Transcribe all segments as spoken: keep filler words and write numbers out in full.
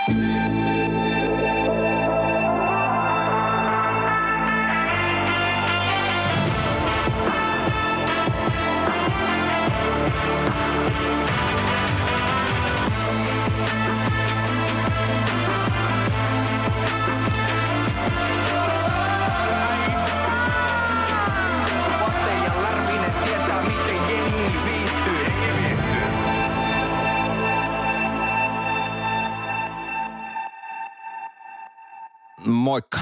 Moikka.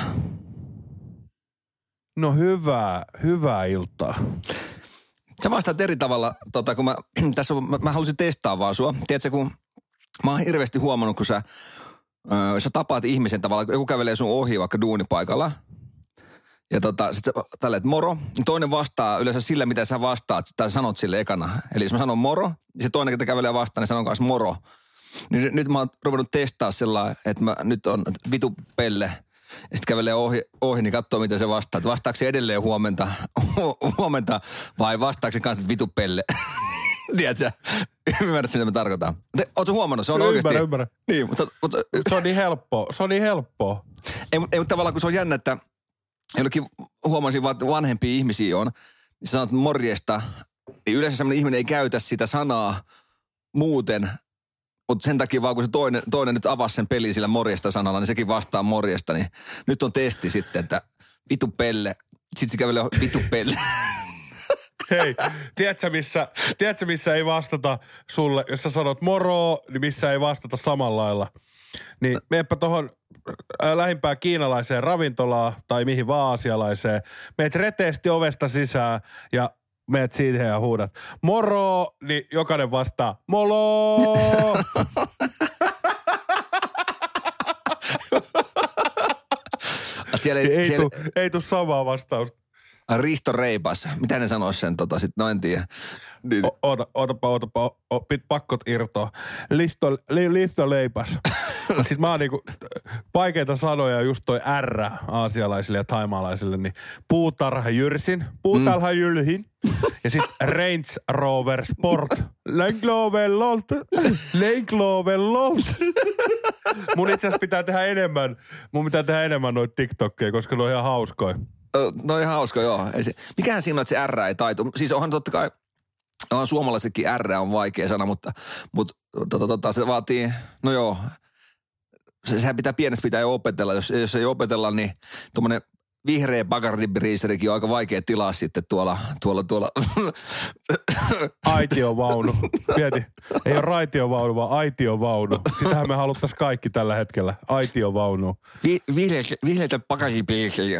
No hyvää, hyvää iltaa. Sä vastaat eri tavalla, tota, kun mä, tässä on, mä, mä halusin testaa vaan sua. Tiedätkö, kun mä oon hirveästi huomannut, kun sä, ö, sä tapaat ihmisen tavalla, joku kävelee sun ohi vaikka duunipaikalla. Ja tota, sit sä tälleen, että moro. Toinen vastaa yleensä sillä, mitä sä vastaat, tai sanot sille ekana. Eli jos mä sanon moro, niin se toinen, ketä kävelee vastaan, niin sanon kanssa moro. Niin nyt mä oon ruvennut testaa sellainen, että mä nyt on vitu pelle. Ja sitten kävelee ohi, ohi, niin katsoo, mitä se vastaa. Että vastaako se edelleen huomenta, huomenta vai vastaako se kanssa vitu pelle? Tiedätkö? Ymmärrätkö, mitä mä tarkoitan? Ootko huomannut? Se on ymmärrä, oikeasti... Ymmärrä, niin, mutta, mutta... Se on niin helppoa. Se on niin helppoa. Ei, ei mutta tavallaan, kun se on jännä, että jollekin huomasin vaan, että vanhempia ihmisiä on, niin sanot morjesta, niin yleensä sellainen ihminen ei käytä sitä sanaa muuten, mutta sen takia vaan, kun se toinen, toinen nyt avasi sen pelin sillä morjesta sanalla, niin sekin vastaa morjesta, niin nyt on testi sitten, että vitu pelle, sitten se kävelee vitu pelle. Hei, tiedätkö missä, tiedätkö missä ei vastata sulle, jos sä sanot moro, niin missä ei vastata samalla lailla. Niin meepä tohon lähimpään kiinalaiseen ravintolaan tai mihin vaan aasialaiseen. Meet reteesti ovesta sisään ja meet siitä ja huudat moro, niin jokainen vastaa molo. siellä, ei, siellä... tuu, ei tuu samaa vastausta. Risto Reipas. Mitä ne sanois sen tota sit? No en tiedä. Niin. O, oota, ootapa, ootapa, o, o, pit pakkot irtoa. Listo, li, listo leipas. Sitten mä oon niinku, vaikeita sanoja just toi R aasialaisille ja taimaalaisille, niin puutarha jyrsin, puutarha mm. jylhin. Ja sit Range Rover Sport. Lenklove lolt, lenklove lolt. Mun itse asiassa pitää tehdä enemmän, mun pitää tehdä enemmän noita TikTokkeja, koska ne on ihan hauskoja. No ihan hauska, joo. Ei se, mikähän siinä on, että se R ei taitu. Siis onhan totta kai, onhan suomalaisetkin R on vaikea sana, mutta, mutta tota, tota, se vaatii, no joo, se, sehän pitää pienestä pitää jo opetella. Jos, jos ei opetella, niin tuommoinen vihreä Bacardi-briiserikin on aika vaikea tilaa sitten tuolla, tuolla, tuolla. Aitiovaunu. Mieti, ei ole raitiovaunu, vaan aitiovaunu. Sitähän me haluttaisiin kaikki tällä hetkellä. Aitiovaunu. Vi, vihreitä, vihreitä Bacardi-briiseriä.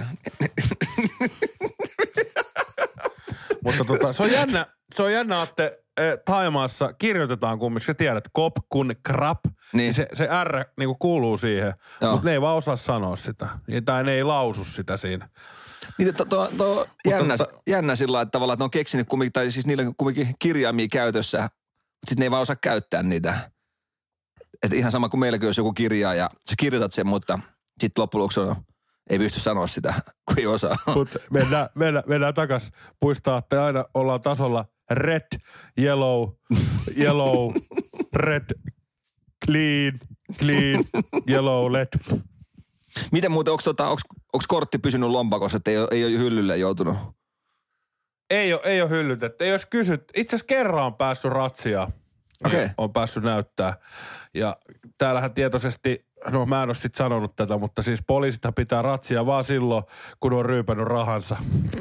Mutta tota, se on jännä, se on jännä, että eh, Thaimaassa kirjoitetaan kumminkin, sä tiedät, kop kun krap, niin se, se R niinku kuuluu siihen, mutta ne ei vaan osaa sanoa sitä, tai ne ei lausu sitä siinä. Niin to, to, to, jännä, tota, jännä sillä lailla, että tavallaan, että ne on keksinyt kumminkin, tai siis niillä on kumminkin kirjaimia käytössä, mutta sitten ne ei vaan osaa käyttää niitä. Että ihan sama kuin meilläkin olisi joku kirja ja sä kirjoitat sen, mutta sitten loppujen lopuksi on, ei pysty sanoa sitä, kun ei osaa. Mutta mennään, mennään, mennään takas. Puistaa, että aina ollaan tasolla red, yellow, yellow, red, clean, clean, yellow, led. Miten muuten, onko tota, kortti pysynyt lompakossa, että ei ole, ei ole hyllylle joutunut? Ei ole, ei ole hyllytetty. Ei olisi kysyt. Itse asiassa kerran on päässyt ratsiaan. Okay. On päässyt näyttää. Ja täällähän tietoisesti, no mä en ole sit sanonut tätä, mutta siis poliisithan pitää ratsia vaan silloin, kun on ryypännyt rahansa.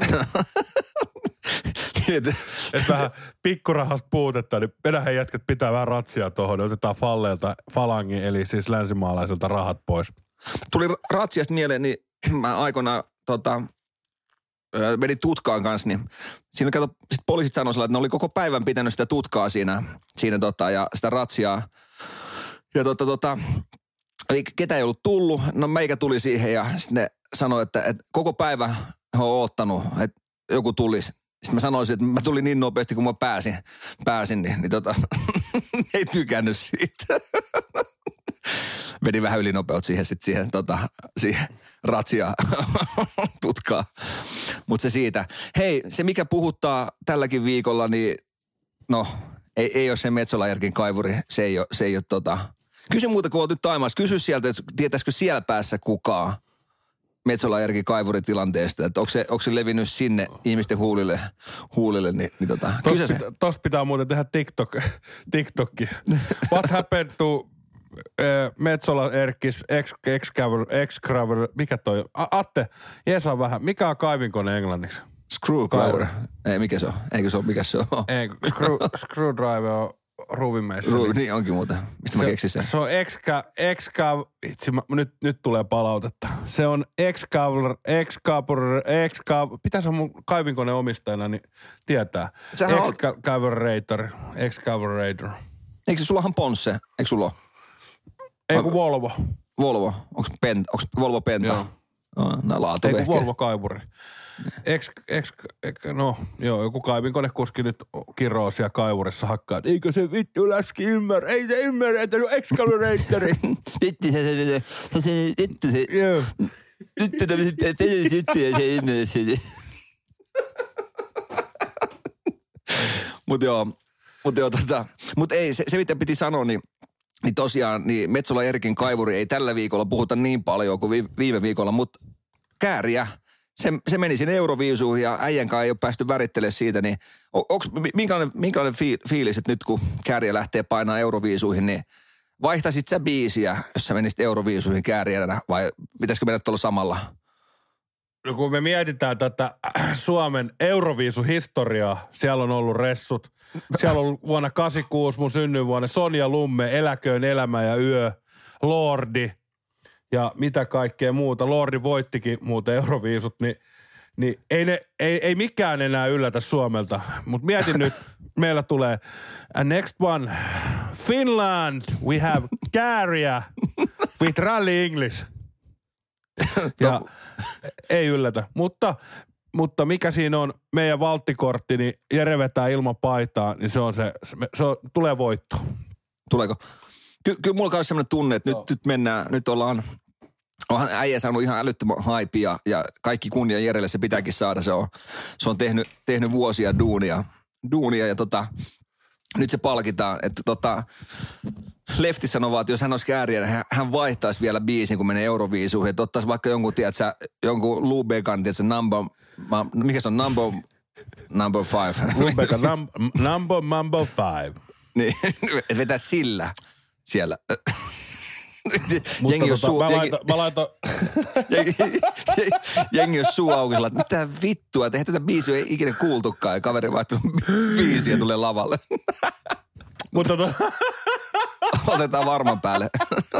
Että vähän pikkurahasta puutetta, niin meidän jätkät pitää vähän ratsia tuohon. Otetaan falleilta, falangin, eli siis länsimaalaisilta rahat pois. Tuli ratsiasta mieleen, niin mä aikoinaan tota, menin tutkaan kanssa, niin siinä kato, sit poliisit sanoi sillä, että ne oli koko päivän pitänyt sitä tutkaa siinä, siinä tota, ja sitä ratsiaa. Ja tota, tota, ketä ei ollut tullut, no meikä tuli siihen ja sitten ne sanoi, että, että koko päivä he on oottanut, että joku tulisi. Sitten mä sanoisin, että mä tulin niin nopeasti, kun mä pääsin, pääsin niin, niin tota, ei tykännyt siitä. Meni vähän ylinopeut siihen sitten siihen, tota, siihen ratsiaan tutkaa. Mutta se siitä. Hei, se mikä puhuttaa tälläkin viikolla, niin no, ei, ei ole se Metsolajärkin kaivuri. Se ei ole, se ei ole tota, Kysy muuta, kun oot nyt Taimaassa. Kysy sieltä, että tietäisikö siellä päässä kukaan Metsola Erkin kaivuritilanteesta, että onko se, onko se levinnyt sinne ihmisten huulille, huulille niin, niin tota, Tossa pitää, tos pitää muuten tehdä TikTok, TikTokki. What happened to uh, Metsola Erkis ex-gravel, mikä toi, A- Atte, jeesaa vähän, mikä on kaivinkone englanniksi? Screwdriver. Ei, mikä se on? Eikö se ole, mikä se on? Ei, screw, screwdriver on ruuvinmeissä. Ru, niin onkin muuten. Mistä se, mä keksin sen? Se on exca, exca, itse, mä, nyt, nyt tulee palautetta. Se on excavr, excavr, excavr, pitäisi olla mun kaivinkoneen omistajana, niin tietää. Excavator, excavator. Eikö se sullahan Ponsse? Eikö sulla ole? Ei kun Volvo. Volvo? Onko Penta? Onko Volvo Penta? Joo. No, nää laatu Ei kun Volvo kaivuri. Ex, ex, no joo, joku kaivinkonekuski nyt kiroo siellä kaivurissa hakkaa, että eikö se vittu läski ymmärrä, ei se ymmärrä, että se on excavatori. Vittu se, se, se, se, vittu se, joo. vittu tämmöiset pelisittu ja se ymmärrä se. Mut joo, mut joo tota, mut ei, se, se mitä piti sanoa, niin niin tosiaan, niin Metsola Erkin kaivuri ei tällä viikolla puhuta niin paljon kuin vi, viime viikolla, mutta Kääriä, se, se meni sinne Euroviisuihin ja äijän kanssa ei ole päästy värittelemään siitä, niin on, onks, minkälainen, minkälainen fiilis, että nyt kun Kääriä lähtee painaa Euroviisuihin, niin vaihtaisit sä biisiä, jos sä menisit Euroviisuihin Kääriänä vai pitäisikö mennä tuolla samalla? No kun me mietitään tätä Suomen Euroviisuhistoriaa, siellä on ollut ressut. Siellä on ollut vuonna kahdeksankymmentäkuusi mun synnyinvuonna Sonja Lumme, Eläköön elämä ja yö, Lordi ja mitä kaikkea muuta. Lordi voittikin muuten Euroviisut, niin, niin ei, ne, ei, ei mikään enää yllätä Suomelta. Mutta mietin nyt, meillä tulee next one, Finland, we have Kääriä with Rally English. Ja ei yllätä, mutta... Mutta mikä siinä on meidän valttikortti, niin Jere vetää ilman paitaa, niin se on se, se on, tulee voitto. Tuleeko? Ky- kyllä mulla on sellainen tunne, että nyt, nyt mennään, nyt ollaan, onhan äijä saanut ihan älyttömän haipia ja kaikki kunnia Jerelle se pitääkin saada. Se on, se on tehnyt, tehnyt vuosia duunia, duunia ja tota, nyt se palkitaan, että tota, Lefti sanoi vaan, että jos hän olisi Kääriä, hän, hän vaihtaisi vielä biisin, kun menee Euroviisuihin, että ottaisi vaikka jonkun, tiedätkö, jonkun Lubekan, tiedätkö, number, ma, mikä se on, number, number five. Lubekan, num, number, number five. Niin, että vetää sillä siellä. Mutta jengi tota, suu, mä jengi, laitan, mä laitan. jengi, jengi on suu auki sillä, että mitä vittua, että eihän tätä biisiä ei ikinä kuultukaan ja kaveri vaihtuu biisiä ja tulee lavalle. Mutta to... Otetaan varman päälle.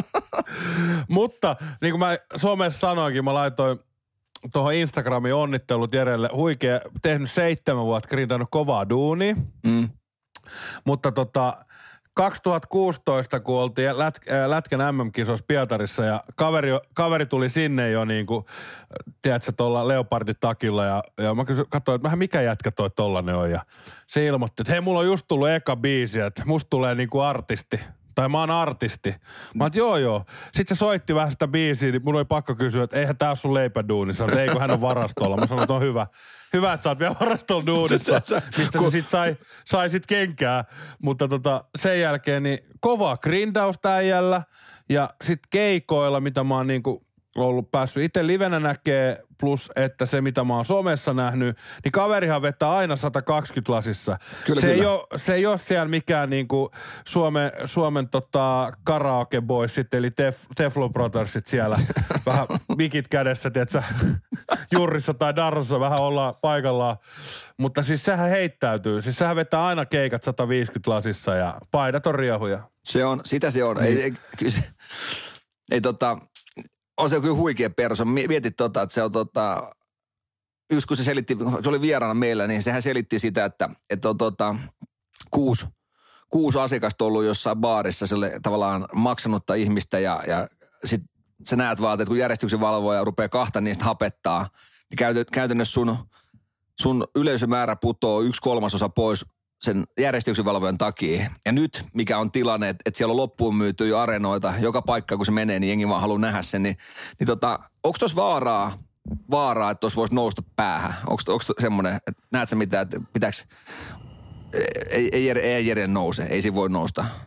Mutta niin kuin mä somessa sanoinkin, mä laitoin tuohon Instagramiin onnittelut Jerelle. Huikea, tehnyt seitsemän vuotta, grindannut kovaa duunia. Mm. Mutta tota, kaksituhattakuusitoista, kun oltiin lät, äh, Lätkän M M-kisoissa Pietarissa ja kaveri, kaveri tuli sinne jo niin kuin, tiedätkö, tuolla leoparditakilla ja, ja mä kysyin, katsoin, että vähän mikä jätkä toi tollanen on ja se ilmoitti, että hei, mulla on just tullut eka biisi, että musta tulee niin kuin artisti. Tai mä oon artisti. Mä oon, joo joo. Sitten se soitti vähän sitä biisiä, niin mun oli pakko kysyä, että eihän tää ole sun leipäduuni. Sanoin, että eikö hän ole varastolla. Mä sanoin, että on hyvä. Hyvä, että sä oot vielä varastolla duunissa, mistä se sit sai, sai sit kenkää. Mutta tota, sen jälkeen niin kovaa grindausta äijällä. Ja sit keikoilla, mitä mä oon niinku ollut päässyt itse livenä näkee, plus että se, mitä mä oon somessa nähnyt, niin kaverihan vetää aina sata kaksikymmentä lasissa. Kyllä, se, kyllä. Ei ole, se ei ole siellä mikään niinku Suomen, Suomen tota karaoke boysit, eli tef, Teflon Brothersit siellä. Vähän mikit kädessä, tietsä, Jurrissa tai Darrossa vähän ollaan paikallaan. Mutta siis sehän heittäytyy. Siis sehän vetää aina keikat sata viisikymmentä lasissa ja paidat on riehuja. Se on, sitä se on. Ei, ei, kyllä se, ei tota... On se kyllä huikea perso. Mietit tota, että se on tota, just kun se selitti, se oli vieraana meillä, niin sehän selitti sitä, että, että on tota, kuusi, kuusi asiakasta ollut jossain baarissa sille tavallaan maksanutta ihmistä ja, ja sit sä näet vaan, että kun järjestyksen valvoja rupeaa kahta niistä hapettaa, niin käytännössä sun, sun yleisömäärä putoo yksi kolmasosa pois sen järjestyksen valvojan takia. Ja nyt, mikä on tilanne, että, että siellä on loppuun myyty jo areenoita, joka paikka kun se menee, niin jengi vaan haluaa nähdä sen, niin, niin tota, onko tuossa vaaraa, vaaraa, että tuossa voisi nousta päähän? Onko, onko semmoinen, että näet sä mitä, että pitääkö, ei, ei, ei Jere nouse, ei siinä voi nousta.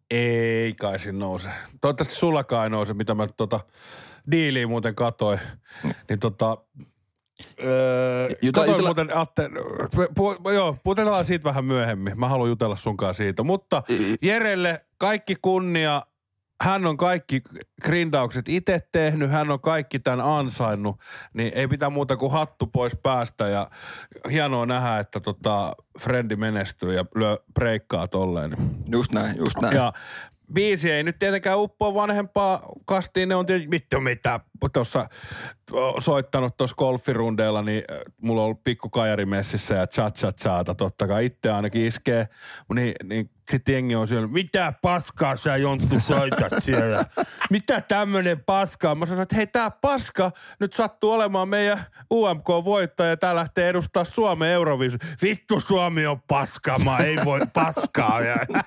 Ei kai siinä nouse. Toivottavasti sullakaan ei nouse, mitä mä tota diiliä muuten katoin. Niin tota... Öö, Juta, katoin jutella... muuten, Atte, pu, pu, joo, puhutellaan siitä vähän myöhemmin. Mä haluan jutella sunkaan siitä. Mutta Jerelle kaikki kunnia. Hän on kaikki grindaukset itse tehnyt, hän on kaikki tämän ansainnut, niin ei pitää muuta kuin hattu pois päästä ja hienoa nähdä, että tota frendi menestyy ja lyö breikkaa tolleen. Just näin, just näin. Ja biisi ei nyt tietenkään uppoa vanhempaa kastiin, ne on tietysti vittu mitä tuossa soittanut tuossa golfirundeilla, niin mulla on ollut pikku kajarimessissä ja cha-cha-chaata, totta kai itse ainakin iskee, niin, niin sitten jengi on siellä, mitä paskaa sä Jonttu soitat siellä? Mitä tämmönen paskaa? Mä sanoin, että hei tää paska nyt sattuu olemaan meidän U M K-voittaja ja tää lähtee edustaa Suomen Euroviisu. Vittu Suomi on paskama, ei voi paskaa.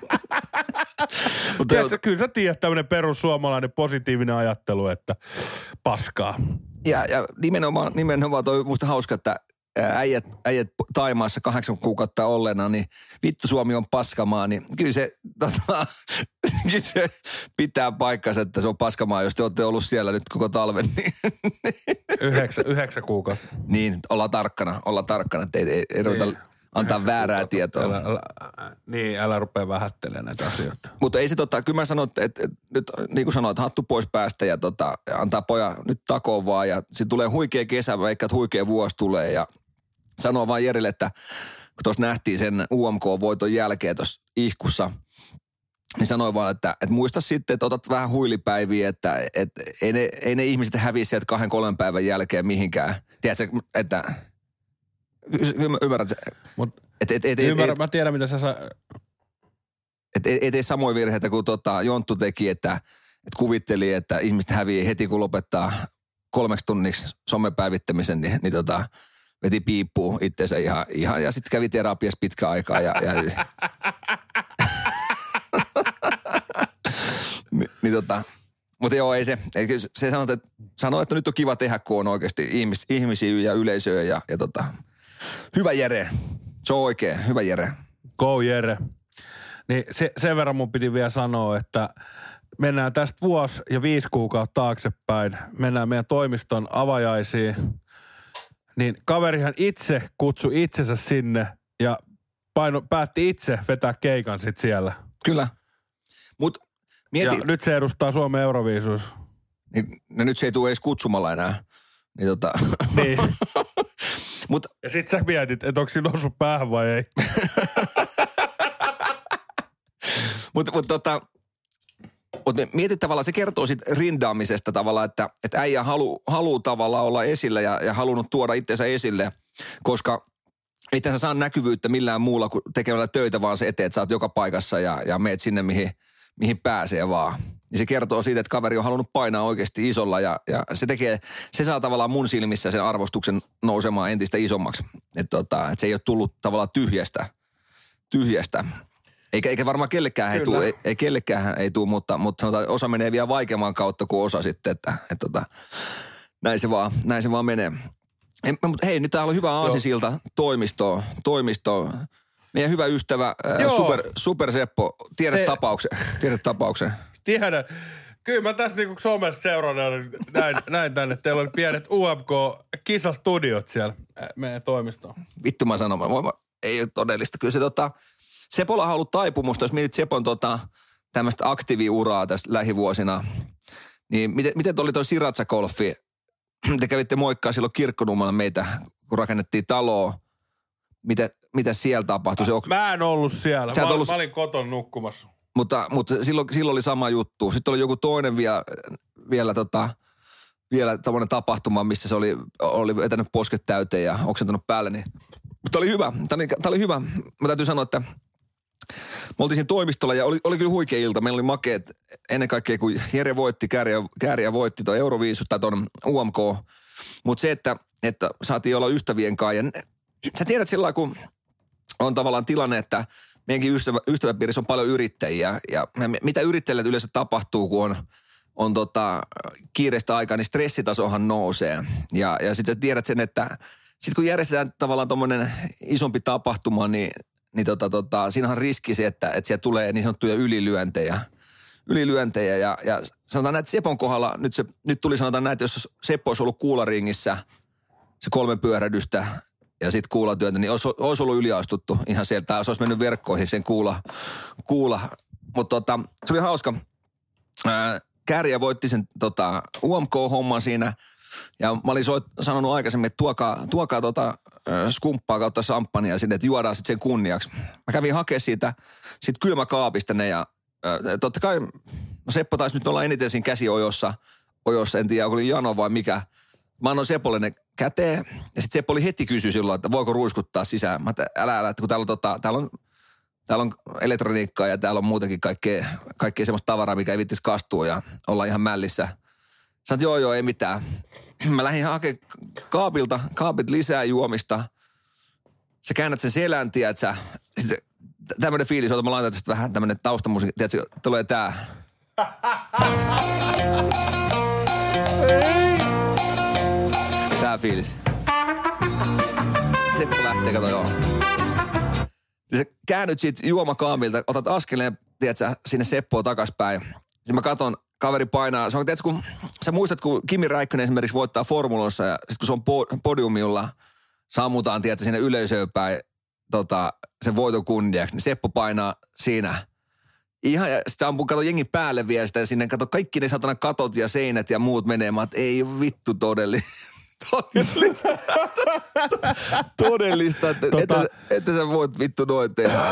Mutta Tiedätkö, kyllä sä tiedät tämmönen perussuomalainen positiivinen ajattelu, että paskaa. Ja, ja nimenomaan, nimenomaan toi musta hauska, että äijät, äijät Taimaassa kahdeksan kuukautta olleena, niin vittu Suomi on paskamaa, niin kyllä se, tota, kyllä se pitää paikkansa, että se on paskamaa, jos te olette ollut siellä nyt koko talven. Niin, yhdeksän, yhdeksän kuukautta. Niin, ollaan tarkkana, ollaan tarkkana, että ei, ei, ei ruveta niin, antaa väärää tietoa. Älä, älä, niin, älä rupea vähättelemään näitä asioita. Mutta ei se tota, kyllä mä sanon, että, että, että nyt niin kuin sanoit, hattu pois päästä ja tota, antaa pojan nyt takoon vaan ja sitten tulee huikea kesä, vaikka että huikea vuosi tulee ja sanoo vaan Jerille, että kun tuossa nähtiin sen U M K-voiton jälkeen tuossa ihkussa, niin sanoi vaan, että, että muista sitten, että otat vähän huilipäiviä, että, että ei, ne, ei ne ihmiset häviä sieltä kahden, kolmen päivän jälkeen mihinkään. Tiedätkö, että ymmärrät, Mut, et, et, et, ymmärrän, et, mä tiedän mitä sä sa... Että ei, ei tee samoja virheitä kuin tota Jonttu teki, että, että kuvitteli, että ihmiset häviää heti kun lopettaa kolmeksi tunniksi somepäivittämisen, niin, niin tota, veti piippuun itseensä ihan, ihan ja sitten kävi terapiassa pitkä aikaa. Ja, ja, Ni, niin tota, mutta joo, ei se, ei, se sanoo, että, sanoo, että nyt on kiva tehdä, kun on oikeasti ihmis, ihmisiä ja yleisöä ja, ja tota, hyvä Jere, se on oikein, hyvä Jere. Go Jere. Niin se, sen verran mun piti vielä sanoa, että mennään tästä vuosi ja viisi kuukautta taaksepäin, mennään meidän toimiston avajaisiin, niin kaverihan itse kutsui itsensä sinne ja paino, päätti itse vetää keikan sit siellä. Kyllä. Mut mieti... Ja nyt se edustaa Suomen Euroviisuissa. Niin, no nyt se ei tule edes kutsumalla enää. Niin tota... Niin. Mut... Ja sit sä mietit, että onko siinä noussut päähän vai ei. Mutta mut tota... Mut mietit tavallaan, se kertoo siitä rindaamisesta tavallaan, että, että äijä halu, haluu tavallaan olla esillä ja, ja halunnut tuoda itsensä esille, koska ei tässä saa näkyvyyttä millään muulla kuin tekemällä töitä, vaan se eteen, että sä oot joka paikassa ja, ja meet sinne, mihin, mihin pääsee vaan. Ja se kertoo siitä, että kaveri on halunnut painaa oikeasti isolla ja, ja se tekee, se saa tavallaan mun silmissä sen arvostuksen nousemaan entistä isommaksi. Että tota, et se ei ole tullut tavallaan tyhjästä, tyhjästä. Eikä, eikä varmaan kellekään ei tule, ei, ei kellekään ei tule, mutta, mutta sanotaan, osa menee vielä vaikeamman kautta kuin osa sitten, että, että, että näin, se vaan, näin se vaan menee. Mutta hei, nyt täällä on hyvä aasisilta toimisto, toimisto. Meidän hyvä ystävä, ää, super, super Seppo, tiedät tapauksen, tiedät tapauksen. Tiedän. Kyllä mä tässä niinku somessa seurannut näin, näin tänne. Teillä oli pienet U M K-kisastudiot siellä meidän toimistoon. Vittu mä sanon, mä, mä, ei ole todellista. Kyllä se tota... Sepolla on ollut taipumusta, jos mietit Sepon tota, tämmöistä aktiiviuraa tässä lähivuosina, niin miten, miten oli toi Siratsa-golfi? Te kävitte moikkaa silloin Kirkkonummalla meitä, kun rakennettiin taloa. Mitä, mitä siellä tapahtui? Se, mä en ollut siellä. Mä, ollut... mä olin koton nukkumassa. Mutta, mutta silloin, silloin oli sama juttu. Sitten oli joku toinen vielä, vielä, tota, vielä tämmöinen tapahtuma, missä se oli, oli vetänyt posket täyteen ja oksentanut päälle. Niin. Mutta oli hyvä. Tämä oli, tämä oli hyvä. Mä täytyy sanoa, että me oltiin siinä toimistolla ja oli, oli kyllä huikea ilta. Meillä oli makeet ennen kaikkea, kun Jere voitti, Kääriä, Kääriä voitti tuon Euroviisu tai tuon U M K. Mutta se, että, että saatiin olla ystävien kanssa. Ja sä tiedät sillä kun on tavallaan tilanne, että meidänkin ystävä, ystäväpiirissä on paljon yrittäjiä. Ja mitä yrittäjille yleensä tapahtuu, kun on, on tota, kiireistä aikaa, niin stressitasohan nousee. Ja, ja sitten sä tiedät sen, että sitten kun järjestetään tavallaan tommoinen isompi tapahtuma, niin niin tota, tota, siinä on riski se, että, että siellä tulee niin sanottuja ylilyöntejä. Ylilyöntejä ja, ja sanotaan näin, että Sepon kohdalla, nyt, se, nyt tuli sanotaan näin, että jos Seppo olisi ollut kuularingissä se kolme pyörähdystä ja sitten kuulatyöntä, niin olisi, olisi ollut yliastuttu ihan sieltä. Se olisi mennyt verkkoihin sen kuula. kuula. Mutta tota, se oli hauska. Ää, Kääriä voitti sen tota, U M K-homman siinä. Ja mä olin soit, sanonut aikaisemmin, että tuokaa, tuokaa tota, äh, skumppaa kautta samppania sinne, että juodaan sitten sen kunniaksi. Mä kävin hakemaan siitä sit kylmäkaapista ne ja äh, totta kai no Seppo taisi nyt olla eniten siinä käsiojossa, ojossa, en tiedä, onko oli jano vai mikä. Mä annoin Sepolle ne käteen ja sitten Seppo oli heti kysyi silloin, että voiko ruiskuttaa sisään. Mä että älä älä, että kun täällä on, tota, täällä on, täällä on elektroniikkaa ja täällä on muutenkin kaikkea, kaikkea semmoista tavaraa, mikä ei vittisi kastua ja olla ihan mällissä. Sanoit, joo joo, ei mitään. Mä lähdin hakemaan kaapilta, kaapit lisää juomista. Sä käännät sen selän, tiedät sä. Sitten tämmönen fiilis, jota mä laitan tästä vähän tämmönen taustamusiikki. Tiedätkö, tulee tää. Tää fiilis. Seppo lähtee, kato joo. Sä käännyt siitä juomakaamilta, otat askeleen, tiedät sä, sinne Seppoon takaspäin. Sitten mä katon, kaveri painaa. Se on, tiedätkö, kun sä muistat, kun Kimi Räikkönen esimerkiksi voittaa formulossa ja sitten kun se on podiumilla, sammutaan, tiedätkö, sinne yleisöön päin tota, sen voiton kunniaksi, niin Seppo painaa siinä. Ihan, ja sitten se ampuu, kato jengin päälle vielä sitä ja sinne, kato kaikki ne satana katot ja seinät ja muut menee. Mä oot, ei vittu todellista. Todellista. Todellista, että tota... että, että sä voit vittu noin tehdä.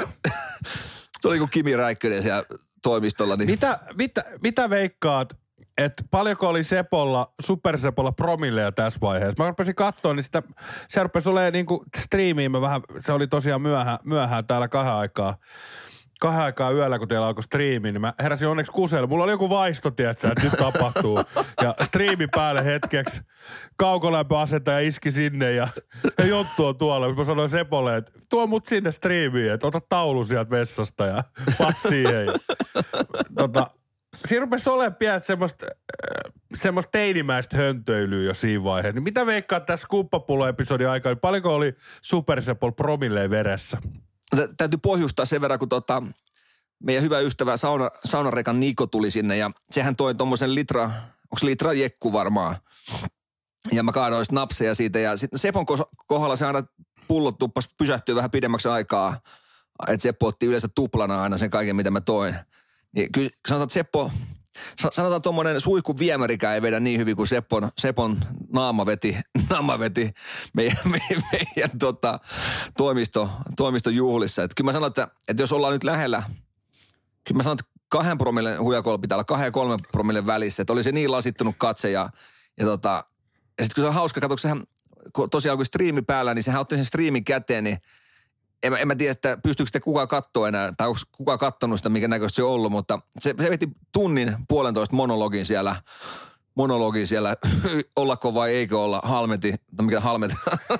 Se oli kuin Kimi Räikkönen siellä toimistolla. Niin. Mitä, mitä, mitä veikkaat, että paljonko oli Sepolla, Super-Sepolla promilleja tässä vaiheessa? Mä rupesin katsoa, niin sitä, se rupesi olemaan niin kuin striimiin, mä vähän, se oli tosiaan myöhään, myöhään täällä kahden aikaa. Kahden aikaa yöllä, kun teillä alkoi striimi, niin mä heräsin onneksi kuselle. Mulla oli joku vaisto, tietsä, että nyt tapahtuu. Ja striimi päälle hetkeksi. Kaukolämpöasentaja iski sinne ja, ja Jonttu on tuolla. Mä sanoin Sepolle, että tuo mut sinne striimiin, että ota taulu sieltä vessasta ja pat siihen. Tota, siinä rupesi olemaan pian semmoista, semmoista teinimäistä höntöilyä jo siinä vaiheessa. Niin mitä veikkaat tässä Kumppapullo-episodin aikana? Paljonko oli Super Sepol promilleen veressä? Täytyy pohjustaa sen verran, kun tota, meidän hyvä ystävä sauna, saunarekan Niko tuli sinne ja sehän toi tommosen litra, onko se litra jekku varmaan. Ja mä kaadoin napseja siitä ja sitten Sepon kohdalla se aina pullot tuppas pysähtyy vähän pidemmäksi aikaa. Että Seppo otti yleensä tuplana aina sen kaiken, mitä mä toin. Niin kyllä sanotaan, että Seppo, sanotaan tommonen suihkun viemärikään ei vedä niin hyvin kuin Seppon, Sepon naama veti, naama veti meidän, meidän, meidän tota, toimisto, toimistojuhlissa. Että kyllä mä sanon, että, että jos ollaan nyt lähellä, kyllä mä sanon, että kahden promillen huijakolla pitää olla kahden ja kolmen promillen välissä. Että oli se niin lasittunut katse ja, ja tota, ja sitten kun se on hauska, katsotaan sehän, kun tosiaan kun striimi päällä, niin sehän otti sen striimin käteen, niin En, en mä tiedä, että pystyykö sitä kukaan katsoa enää, tai onko kukaan katsonut sitä, mikä näköistä se on ollut, mutta se, se veti tunnin puolentoista monologin siellä, monologin siellä, ollako vai eikö olla, halmeti, tai mikä halmeti.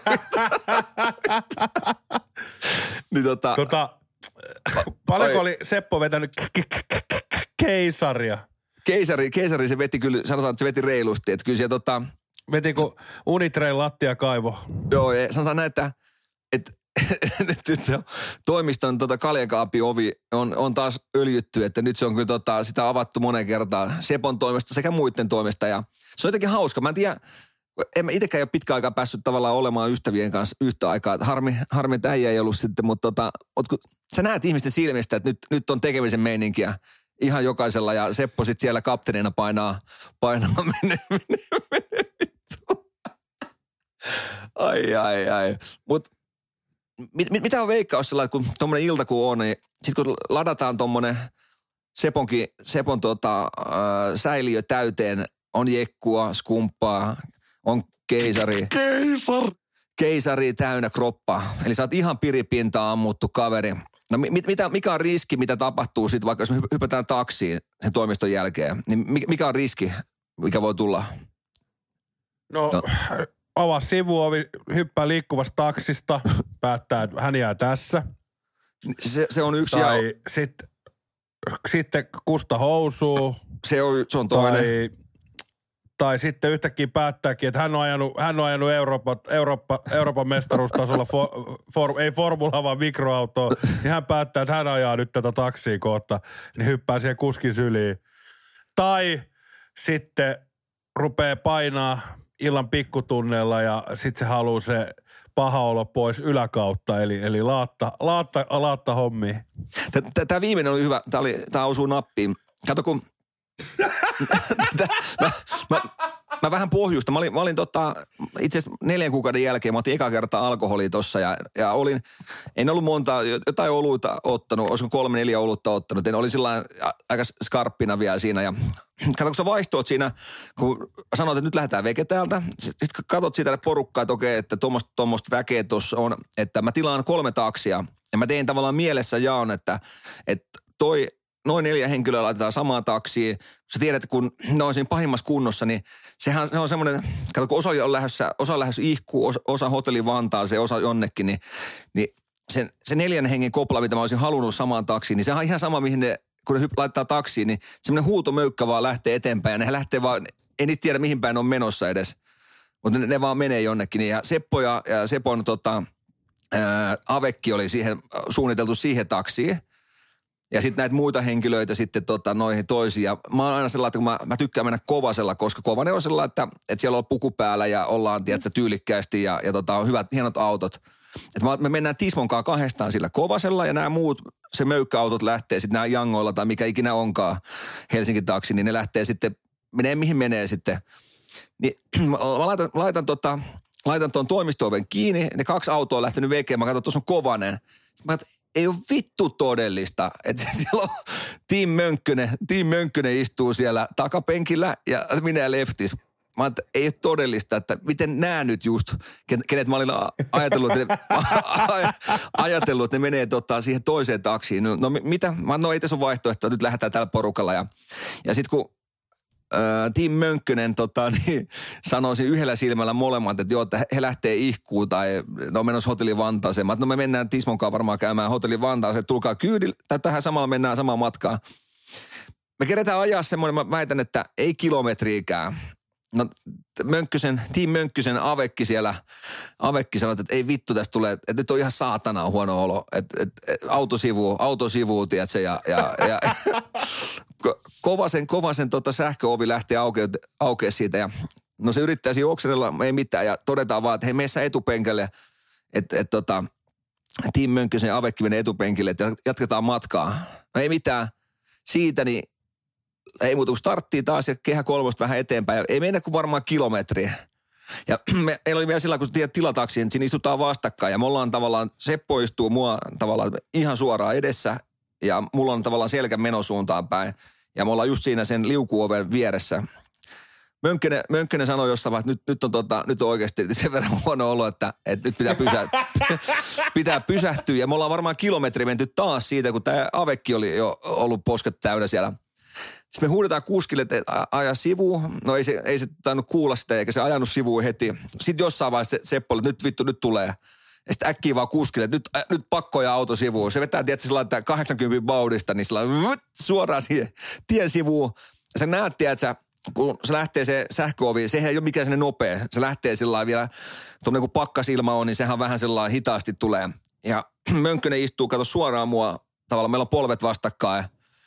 niin tota. Tota, paljonko oli Seppo vetänyt keisaria? Keisari, keisari se veti kyllä, sanotaan, että se veti reilusti, että kyllä siellä tota. Veti kun Unitrein lattiakaivo. Joo, ja sanotaan näin, että, että nyt toimiston tota kaljakaapi ovi on, on taas öljytty, että nyt se on kyllä tota, sitä avattu monen kertaan Sepon toimesta sekä muiden toimesta ja se on jotenkin hauska. Mä en tiedä, en mä itsekään ole pitkä aikaa päässyt tavallaan olemaan ystävien kanssa yhtä aikaa. Harmi, harmi että äijä ei ollut sitten, mutta tota, kun sä näet ihmisten silmistä, että nyt, nyt on tekemisen meininkiä ihan jokaisella ja Seppo sitten siellä kapteenina painaa, painaa, menee, menee, menee, vittu. Ai, ai, ai. Mutta Mit, mit, mitä on veikkaus sellainen, kun tommonen ilta kun on, niin sit kun ladataan tommonen Seponkin, Sepon tota, äh, säiliö täyteen, on jekkua, skumppaa, on keisari. Keisar! Keisari täynnä kroppa. Eli sä oot ihan piripintaa ammuttu kaveri. No mit, mitä, mikä on riski, mitä tapahtuu sit, vaikka jos me hypätään taksiin sen toimiston jälkeen, niin mikä on riski, mikä voi tulla? No... no. Avaa sivuovi, hyppää liikkuvasta taksista, päättää, että hän jää tässä. Se, se on yksi. Tai ja... sitten sit kusta housuu. Se on, se on toinen. Tai Tai sitten yhtäkkiä päättääkin, että hän on ajanut, hän on ajanut Eurooppa, Eurooppa, Euroopan mestaruustasolla, for, for, ei formula vaan mikroautoa, niin hän päättää, että hän ajaa nyt tätä taksia kohta, niin hyppää siihen kuskin syliin. Tai sitten rupeaa painaa illan pikkutunneilla ja sitten se haluaa se paha olo pois yläkautta, eli, eli laatta, laatta, laatta hommi. Tämä viimeinen oli hyvä, tämä, oli, tämä osuu nappiin. Kato kun... mä, mä, mä vähän pohjusta. Mä olin, mä olin tota, itse asiassa neljän kuukauden jälkeen, mä otin eka kertaa alkoholia tossa ja, ja olin, en ollut monta, jotain oluita ottanut, olisiko kolme neljä olutta ottanut. En oli sillain aika skarppina vielä siinä ja kato kun sä vaistoot siinä, kun sanoit, että nyt lähdetään veke täältä, sitten katot siitä porukkaa, että okei, että tuommoista tuommoista väkeä tuossa on, että mä tilaan kolme taksia ja mä tein tavallaan mielessä jaon, että, että toi noin neljä henkilöä laitetaan samaan taksiin. Kun sä tiedät, että kun ne on siinä pahimmassa kunnossa, niin sehän se on semmoinen, kato kun osa on lähdössä, osa on lähdössä ihkuu, osa, osa hotelli Vantaaseen, osa jonnekin, niin, niin sen, se neljän hengen kopla, mitä mä olisin halunnut samaan taksiin, niin se on ihan sama, mihin ne, kun ne laittaa taksiin, niin semmoinen huutomöykkä vaan lähtee eteenpäin ja ne lähtee vaan, ei niistä tiedä mihin päin on menossa edes, mutta ne, ne vaan menee jonnekin. Ja Seppo ja, ja Sepon tota, ää, Avekki oli siihen, suunniteltu siihen taksiin. Ja sitten näitä muita henkilöitä sitten tota, noihin toisiin. Ja mä oon aina sellainen, että kun mä, mä tykkään mennä Kovasella, koska Kovanen on sellainen, että, että siellä on puku päällä ja ollaan, tiedätkö, tyylikkäästi ja, ja tota, on hyvät, hienot autot. Että me mennään Tismonkaan kahdestaan sillä Kovasella ja nämä muut, se möykkäautot lähtee sitten nämä Jangoilla tai mikä ikinä onkaan Helsingin taksi, niin ne lähtee sitten, menee mihin menee sitten. Niin mä laitan, laitan, tota, laitan tuon toimisto-oven kiinni, ne kaksi autoa on lähtenyt vekeen, mä katson, tuossa on Kovanen. Sitten mä katson, ei ole vittu todellista, että siellä on Team Mönkkönen, Team Mönkkönen istuu siellä takapenkillä ja minä leftis. Mä että ei ole todellista, että miten nämä nyt just, kenet mä olin ajatellut, että ne, ajatellut, että ne menee tota, siihen toiseen taksiin. No, no mitä? Mä no ei tässä ole vaihtoehtoa, nyt lähdetään tällä porukalla. Ja, ja sitten kun Äh, Team Mönkkönen tota, niin, sanoisin yhdellä silmällä molemmat, että joo, että he lähtee ihkuun tai ne on menossa hotelli Vantaaseen. Mä, no me mennään Tismonkaan varmaan käymään hotelli Vantaaseen, tulkaa kyydillä, tai tähän samalla mennään samaan matkaan. Me keretään ajaa semmoinen, mä väitän, että ei kilometriikään. No Mönkkösen, Team Mönkkösen Avekki siellä, Avekki sanoi, että ei vittu tästä tulee, että nyt on ihan saatana huono olo, että, että, että autosivu, autosivu, tiedätkö, ja, ja, ja Kovasen, Kovasen tota sähköovi lähtee aukea, aukea siitä ja no se yrittää siinä oksenella, ei mitään ja todetaan vaan, että hei meissä etupenkille, että et, tota, Team Mönkkösen Avekki menee etupenkille, että jatketaan matkaa. No ei mitään, siitä niin ei muuta kuin starttiin taas ja kehä kolmosta vähän eteenpäin ja ei mennä kuin varmaan kilometriä. Ja me, meillä oli vielä sillä, kun sä tiedät tilataksiin, että siinä istutaan vastakkain ja me ollaan tavallaan, Seppo istuu mua tavallaan ihan suoraan edessä ja mulla on tavallaan selkä menosuuntaan päin. Ja me ollaan just siinä sen liukuoven vieressä. Mönkkönen, Mönkkönen sanoi jossain vaiheessa, että nyt, nyt, on tota, nyt on oikeasti sen verran huono olo, että, että nyt pitää, pysä, pitää pysähtyä. Ja me ollaan varmaan kilometri menty taas siitä, kun tämä Avekki oli jo ollut posket täynnä siellä. Sitten me huudetaan kuskille, että aja sivuun. No ei se, ei se tainnut kuulla sitä, eikä se ajanut sivuun heti. Sitten jossain vaiheessa se, Seppo oli, että nyt vittu, nyt tulee. Ja sitten äkkiä vaan kuskille, että nyt, äh, nyt pakko ja auto sivuun. Se vetää, tiedätkö, sillä että kahdeksankymmentä baudista, niin sillä suoraan siihen tien sivuun. Ja sä näet, tiedätkö, kun se lähtee se sähköovi, sehän ei ole mikään sellainen nopea. Se lähtee sillä vielä, tuommoinen kun pakkasilma on, niin sehän vähän sellainen hitaasti tulee. Ja Mönkkönen istuu, kato suoraan mua, tavallaan meillä on polvet vastakkain.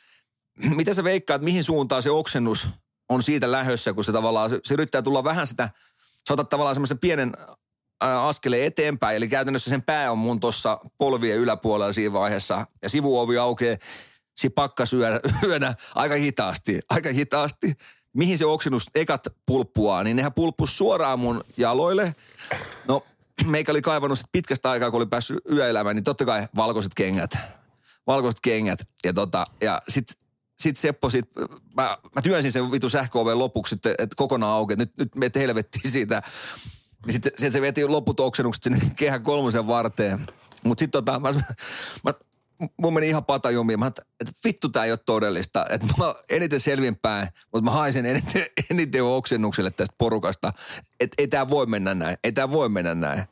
Mitä sä veikkaat, mihin suuntaan se oksennus on siitä lähössä, kun se tavallaan, se, se yrittää tulla vähän sitä, sä otat tavallaan semmoisen pienen askeleen eteenpäin, eli käytännössä sen pää on mun tuossa polvien yläpuolella siinä vaiheessa, ja sivuovi aukeaa siinä pakkasyönä aika hitaasti, aika hitaasti. Mihin se oksennus ekat pulppuaa, niin nehän pulppus suoraan mun jaloille. No, meikä oli kaivannut pitkästä aikaa, kun oli päässyt yöelämään, niin totta kai valkoiset kengät. Valkoiset kengät. Ja tota, ja sit, sit Seppo sit, mä, mä työnsin sen vitu sähköoven lopuksi, että et kokonaan auki, nyt, nyt meitä helvettiin siitä. Niin sitten sit se veti loput oksennukset sinne kehän kolmosen varteen. Mut sit tota, mä, mä, mun meni ihan patajumiin. Mä että vittu tää ei ole todellista. Että mä oon eniten selvinpäin, mutta mä haisen eniten, eniten oksennukselle tästä porukasta. Että ei tää voi mennä näin. Ei tää voi mennä näin.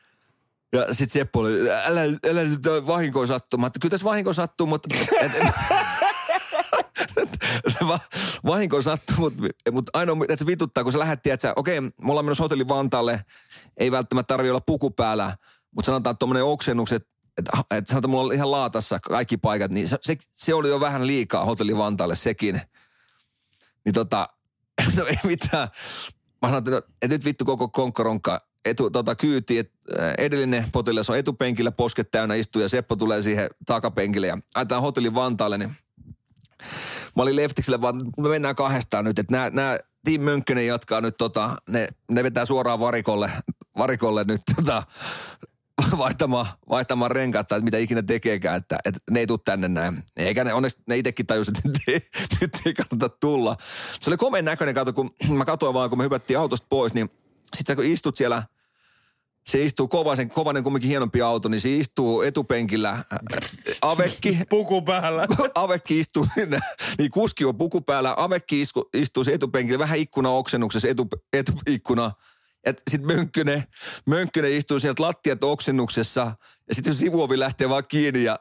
Ja sit Seppo oli, älä, älä nyt vahinkoa sattuu. Mä että kyllä tässä vahinko sattuu, mutta... Et, et, vahinko sattui, mutta mut ainoa, että se vituttaa, kun sä lähdettiin, että sä, okei, me ollaan menossa hotelli Vantaalle, ei välttämättä tarvitse olla puku päällä, mutta sanotaan, että tuommoinen oksennukset, että, että sanotaan, mulla on ihan laatassa kaikki paikat, niin se, se oli jo vähän liikaa hotelli Vantaalle sekin. Niin tota, no ei mitään. Mä sanoin, että, no, että nyt vittu koko konkkaronkka etu, tota, kyyti, että edellinen potilas on etupenkillä, posket täynnä istuu ja Seppo tulee siihen takapenkille ja ajetaan hotelli Vantaalle, niin mä olin leftikselle vaan, me mennään kahdestaan nyt, että nämä, nämä Team Mönkkönen jatkaa nyt tota, ne, ne vetää suoraan varikolle, varikolle nyt tota, vaihtamaan, vaihtamaan renkaat tai mitä ikinä tekeekään, että, että ne ei tule tänne näin. Eikä ne, onneksi ne itsekin tajusivat, että nyt ei, nyt ei kannata tulla. Se oli komeen näköinen, kato, kun mä katsoin vaan, kun me hypättiin autosta pois, niin sit sä kun istut siellä, se istuu kovasen, kovainen kumminkin hienompi auto, niin se istuu etupenkillä avekki. Puku päällä. Avekki istuu, niin kuski on puku päällä, avekki istuu, istuu se etupenkillä, vähän ikkuna oksennuksessa, etu, etuikkuna. Ja sitten Mönkkönen, Mönkkönen istuu sieltä lattiat oksennuksessa ja sitten sivuovi lähtee vaan kiinni ja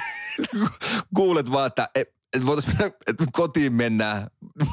kuulet vaan, että et, et voitaisiin mennä, että kotiin mennään.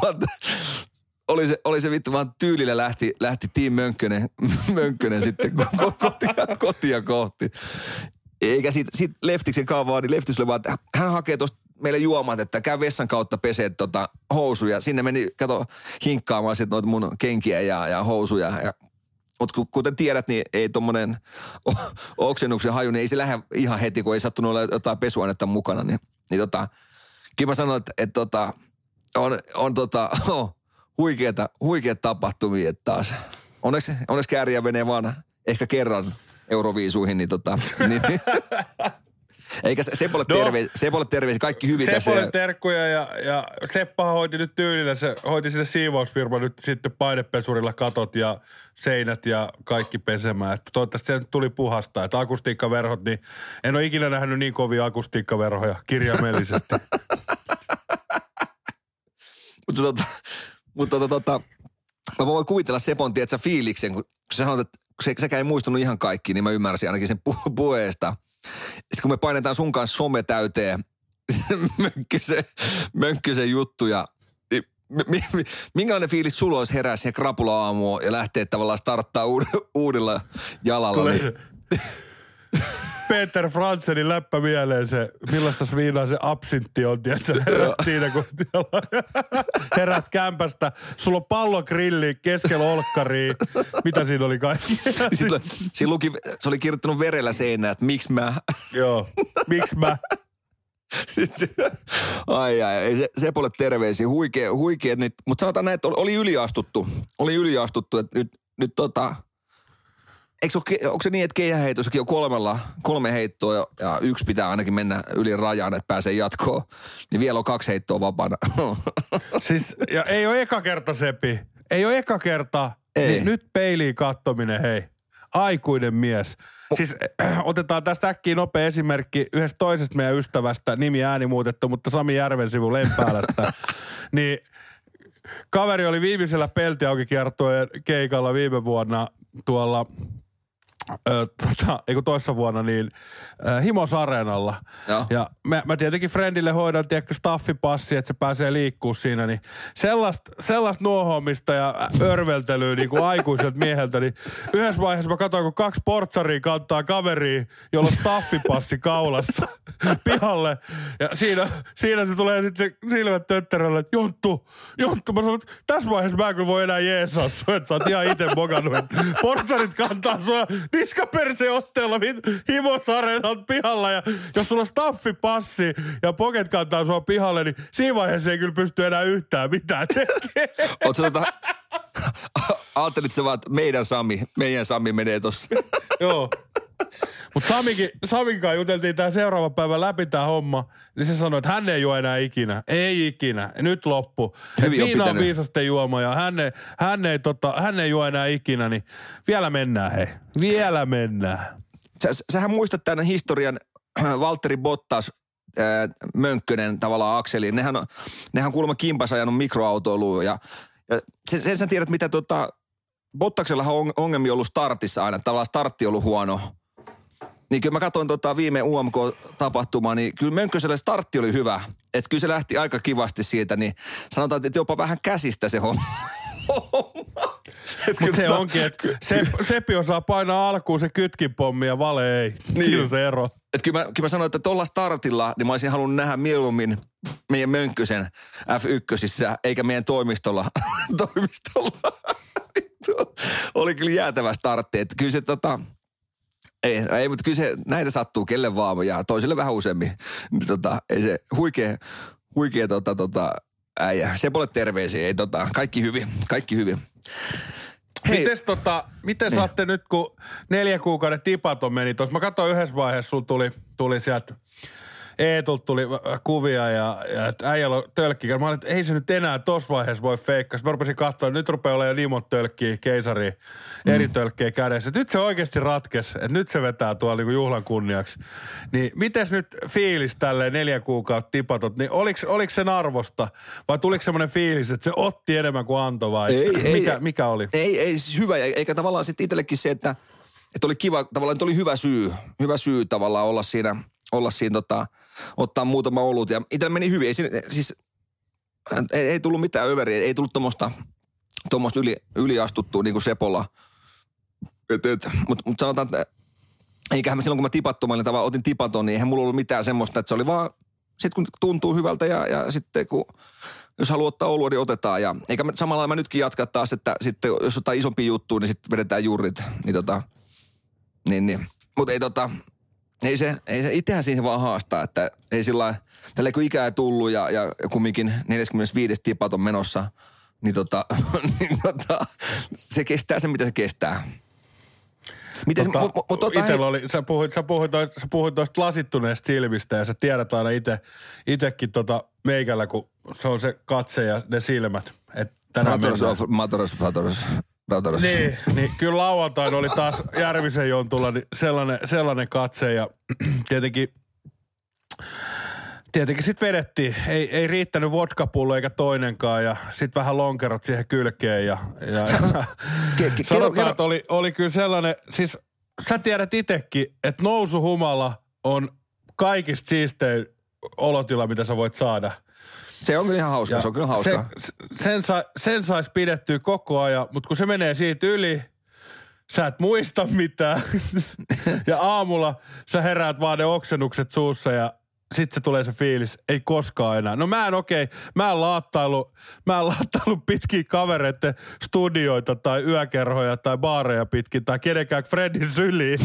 Oli se, oli se vittu vaan tyylillä lähti, lähti Team Mönkkönen, Mönkkönen sitten kotia, kotia kohti. Eikä siitä, siitä Leftiksen kaavaa, niin Leftis oli vaan, että hän hakee tuosta meille juomat, että käy vessan kautta pesee tota housuja. Sinne meni, kato, hinkkaamaan sitten noita mun kenkiä ja, ja housuja. Ja, mutta kuten tiedät, niin ei tommonen oksennuksen haju, niin ei se lähde ihan heti, kun ei sattunut olla jotain pesuainetta mukana. Niin, niin tota, kyllä mä sanoin, että, että tota, on, on tota, oh, huikeeta, huikeet tapahtumia taas. Onneksi, onneksi Kääriä menee vaan ehkä kerran Euroviisuihin, niin tota, niin, eikä Sepolle no, terveisiä, Sepolle terveisiä, kaikki hyvin tässä. Sepolle terkkuja ja, ja Seppahan hoiti nyt tyylillä, se hoiti sinne siivousfirma nyt sitten painepesurilla katot ja seinät ja kaikki pesemään. Että toivottavasti se nyt tuli puhasta, että akustiikkaverhot, niin en ole ikinä nähnyt niin kovia akustiikkaverhoja kirjaimellisesti. Mutta tota, mutta tota, tota, mä voin kuvitella Sepon, tietsä, fiiliksen, kun sä sanot, että se, sekä ei muistunut ihan kaikki, niin mä ymmärsin ainakin sen pu- puheesta. Sitten kun me painetaan sun kanssa some täyteen, mönkkysen, mönkkysen juttuja, niin mi, mi, minkälainen fiilis sulla olisi herää siihen krapula-aamuun ja lähteä tavallaan starttaa uud- uudella jalalla? Tulee niin... se Peter Fransenin läppä mieleen se, millaista viinaa se absintti on, tiedätkö, herät siinä, kun herät kämpästä. Sulla on pallogrilli keskellä olkkariin. Mitä siinä oli kaikki? Sitten, siinä luki, se oli kirjoittanut verellä seinään, että miksi mä. Joo, miksi mä. Ai ai, se, Sepolle terveisiä, huikea, huikea. Mutta sanotaan näin, että oli yliastuttu. Oli yliastuttu, että nyt, nyt tota... Eikö ole, onko se niin, että keihäheitossakin on kolmella, kolme heittoa ja, ja yksi pitää ainakin mennä yli rajan, että pääsee jatkoon, niin vielä on kaksi heittoa vapaana. Siis, ja ei ole eka kerta, Sepi. Ei ole eka kerta. Ei. Niin nyt peiliin kattominen, hei. Aikuinen mies. Siis äh, otetaan tästä äkkiä nopea esimerkki yhdestä toisesta meidän ystävästä, nimi ääni muutettu, mutta Sami Järvensivu Lempäälästä. Niin kaveri oli viimeisellä Peltiauki-kiertueen keikalla viime vuonna tuolla... Ö, tota, ei kun toissa vuonna, niin ö, Himos Areenalla. Joo. Ja mä, mä tietenkin friendille hoidan, tiedätkö, staffipassi, että se pääsee liikkuu siinä, niin sellaista sellast nuohoamista ja örveltelyä niin kuin aikuiselta mieheltä, niin yhdessä vaiheessa mä katsoin, kun kaksi portsaria kantaa kaveria, jolla on staffipassi kaulassa pihalle. Ja siinä, siinä se tulee sitten silmät tötterällä, että Jonttu, Jonttu, mä sanon, että tässä vaiheessa mä en kyllä voi enää jeesaa sua, että sä oot ihan itse mokannut, että portsarit kantaa sua niskaperse osteella Himos Areenalta pihalla ja jos sulla on staffipassi ja poket kantaa sua pihalle, niin siinä vaiheessa ei kyllä pysty enää yhtään mitään tekemään. Ootko tota, ajattelit sä vaan, että meidän Sami, meidän Sami menee tossa. Joo. Mutta Samikin, Saminkaan juteltiin tää seuraava päivä läpi tää homma, niin se sanoi, että hän ei juo enää ikinä. Ei ikinä. Nyt loppu. Viina on viisasten juoma ja hän ei, hän, ei, tota, hän ei juo enää ikinä, niin vielä mennään hei. Vielä mennään. Sä, sähän muistat tämän historian, Valtteri Bottas, äh, Mönkkönen tavallaan Akseli. Nehän on, nehän on kuulemma kimpas ajanut mikroautoiluun ja, ja sen, sen sä tiedät, mitä tota, Bottaksellahan on ongelmia ollut startissa aina. Tavallaan startti on ollut huono. niin kyllä mä katsoin tota viime U M K-tapahtumaa, niin kyllä Mönkköselle startti oli hyvä. Että kyllä se lähti aika kivasti siitä, niin sanotaan, että jopa vähän käsistä se homma. Mutta se tota, onkin, että se, Seppi osaa painaa alkuun se kytkinpommi ja Vale ei. Niin. Siinä on se ero. Et kyllä, mä, kyllä mä sanoin, että tuolla startilla niin mä olisin halunnut nähdä mieluummin meidän Mönkkösen F yksi, eikä meidän toimistolla. toimistolla. Oli kyllä jäätävä startti. Että kyllä se tota... Ei, ei, mutta kyllä se, näitä sattuu kelle vaan ja toisille vähän useammin. Tota, ei se huikea, huikea tota, tota, äijä. Sepolle terveisiä, ei tota, kaikki hyvin, kaikki hyvin. Hei. Mites tota, miten niin. Saatte nyt, kun neljä kuukauden tipaton meni tuossa? Mä katsoin yhdessä vaiheessa, sulla tuli, tuli sieltä, Eetulta tuli kuvia ja, ja että äijällä on tölkkiä. Mä olin, että ei se nyt enää tossa vaiheessa voi feikkaa. Mä rupesin katsoa, että nyt rupeaa olemaan jo niin monta tölkkiä, keisari, mm. eri tölkkejä kädessä. Nyt se oikeasti ratkesi, että nyt se vetää tuolla niinku juhlan kunniaksi. Niin mites nyt fiilis tälleen neljä kuukautta tipatot, niin oliks, oliks sen arvosta? Vai tuliko semmoinen fiilis, että se otti enemmän kuin antoi vai ei, mikä, ei, mikä oli? Ei, ei siis hyvä. Eikä tavallaan sitten itsellekin se, että, että oli kiva, tavallaan että oli hyvä syy. Hyvä syy tavallaan olla siinä, olla siinä tota, ottaa muutama olut. Ja itsellä meni hyvin. Ei, siis, ei, ei tullut mitään överiä. Ei tullut tuommoista tuommoista yli, yliastuttua niin kuin Sepolla. Mutta mut sanotaan, että eiköhän mä silloin, kun mä tipattomalle tavallaan otin tipaton, niin eihän mulla ollut mitään semmoista, että se oli vaan, sit kun tuntuu hyvältä ja, ja sitten kun, jos haluaa ottaa olua, niin otetaan. Ja eikä mä, samalla lailla mä nytkin jatkaa taas, että sitten jos jotain isompia juttuja, niin sitten vedetään juurit. Niin tota, niin, niin. Mutta ei tota, ei se, ei se, itsehän siinä vaan haastaa, että ei sillä lailla, tällä kun ikää tullut ja, ja kumminkin neljäkymmentäviisi tipaton menossa, niin tota, niin tota, se kestää sen, mitä se kestää. Miten tota, se, mut, mut, tota, itellä oli, sä puhuit, sä puhuit, toista, sä puhuit toista lasittuneesta silmistä ja sä tiedät aina ite, itekin tota meikällä, kun se on se katse ja ne silmät. Brothers of Mothers, Brothers. Brothers. Niin, niin kyllä lauantaina oli taas Järvisen Jontulla niin sellainen, sellainen katse ja tietenkin Tietenkin sitten vedettiin. Ei, ei riittänyt vodkapullo eikä toinenkaan ja sitten vähän lonkerot siihen kylkeen ja, ja, Sä, ja ke, ke, sanotaan, kerro, että oli, oli kyllä sellainen, siis sä tiedät itsekin, että nousuhumala on kaikista siistein olotila, mitä sä voit saada. Se on kyllä ihan hauska, ja se on kyllä hauska. Se, sen, sa, sen saisi pidettyä koko ajan, mutta kun se menee siitä yli, sä et muista mitään ja aamulla sä heräät vaan ne oksennukset suussa ja sitten se tulee se fiilis, ei koskaan enää. No mä en okei, okay, mä en laattailu, mä en laattailu pitkin kavereiden studioita tai yökerhoja tai baareja pitkin tai kenenkään Fredin syliin.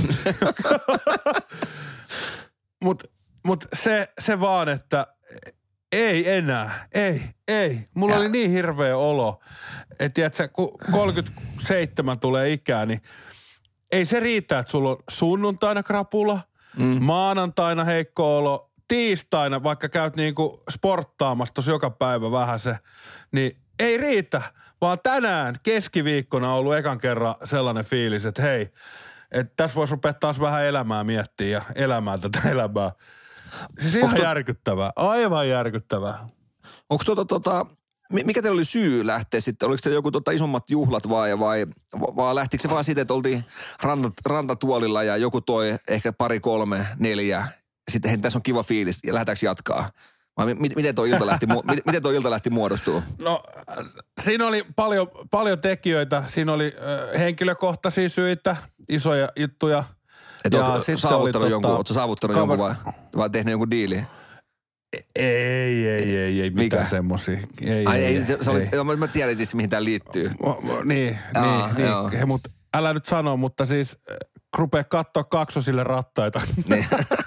Mut, mut se, se vaan, että ei enää, ei, ei. Mulla ja. oli niin hirveä olo, että tiedätkö, kun kolmekymmentäseitsemän tulee ikää, niin ei se riitä, että sulla on sunnuntaina krapula, mm. maanantaina heikko olo, tiistaina, vaikka käyt niinku sporttaamassa tossa joka päivä vähän se, niin ei riitä, vaan tänään keskiviikkona on ollut ekan kerran sellainen fiilis, että hei, että tässä voisi rupea taas vähän elämää miettiä ja elämää tätä elämää. Siis ihan to... järkyttävää, aivan järkyttävää. Onko tuota, tota, mikä teillä oli syy lähteä sitten? Oliko se joku tota isommat juhlat vai, vai, vai lähtikö se vaan siitä, että oltiin ranta, rantatuolilla ja joku toi ehkä pari, kolme, neljä. Sitten hei, tässä on kiva fiilis ja lähdetäänkö jatkaa? Vai miten tuo ilta lähti, miten tuo ilta lähti muodostuu? No siinä oli paljon, paljon tekijöitä. Siinä oli äh, henkilökohtaisia syitä, isoja juttuja. Että oletko saavuttanut jonkun, oletko saavuttanut jonkun vai, vai tehnyt jonkun diiliin? Ei, ei, ei, ei mitään semmosia. Ei, Ai ei, ei, se, se ei. Oli, mä tiedän itse, mihin tää liittyy. Niin, Aa, niin, niin. Mutta älä nyt sano, mutta siis rupea katsoa kaksosille rattaita. Niin.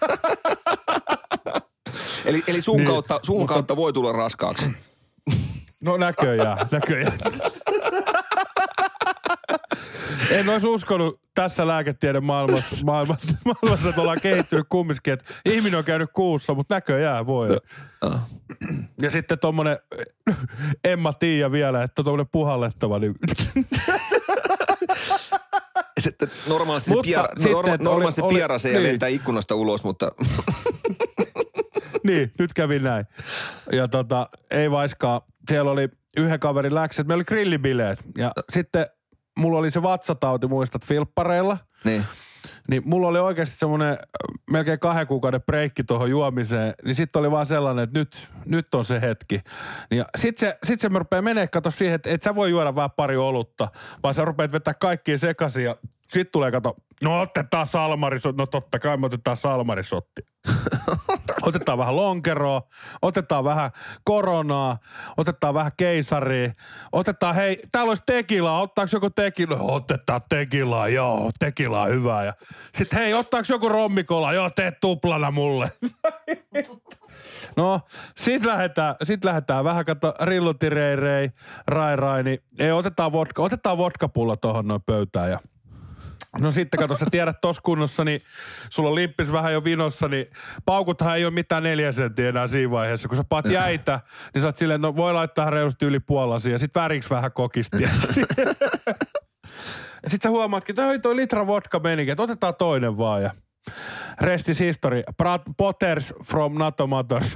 eli, eli sun, niin, kautta, sun mutta, kautta voi tulla raskaaksi. No näköjään, näköjään. En olisi uskonut tässä lääketieden maailmassa, maailmassa, maailmassa että ollaan kehittynyt kumminkin, että ihminen on käynyt kuussa, mutta näköjään voi. No, uh. Ja sitten tommonen Emma Tiia vielä, että tommonen puhallettava. Niin. Normaalisti se, piera, norma, normaalisti se pierasee ja niin. lentää ikkunasta ulos, mutta... Niin, nyt kävi näin. Ja tota, ei vaiskaan. Siellä oli yhden kaverin läkset, meillä oli grillibileet. Ja sitten mulla oli se vatsatauti, muistat, filppareilla. Niin. Niin mulla oli oikeasti semmoinen melkein kahden kuukauden breikki tuohon juomiseen, niin sitten oli vaan sellainen, että nyt, nyt on se hetki. Ja sit se, sit se rupeaa menee, kato siihen, että et sä voi juoda vähän pari olutta, vaan sä rupeat vetää kaikkiin sekaisin ja sit tulee kato, no otetaan salmarisotti, no totta kai me otetaan salmarisotti. Otetaan vähän lonkeroa, otetaan vähän koronaa, otetaan vähän keisaria, otetaan hei, täällä olisi tekilaa, ottaako joku tekilaa? Otetaan tekilaa, joo, tekilaa hyvää. Ja sit hei, ottaako joku rommikola? Joo, tee tuplana mulle. No, sit lähdetään, sit lähdetään vähän, kato, rillutireirei, rai rai, niin ei, otetaan vodka, otetaan vodkapulla tohon noin pöytään ja no sitten kato, sä tiedät tossa kunnossa, niin sulla on lippis vähän jo vinossa, niin paukuthan ei ole mitään neljä senttiä enää siinä vaiheessa. Kun sä paat jäitä, niin sä oot silleen, no voi laittaa reilusti yli puolasia ja sit väriksi vähän kokistia. Ja sit sä huomaatkin, että toi litra vodka menikin, että otetaan toinen vaan ja rest is history. Potters from NATO Motors.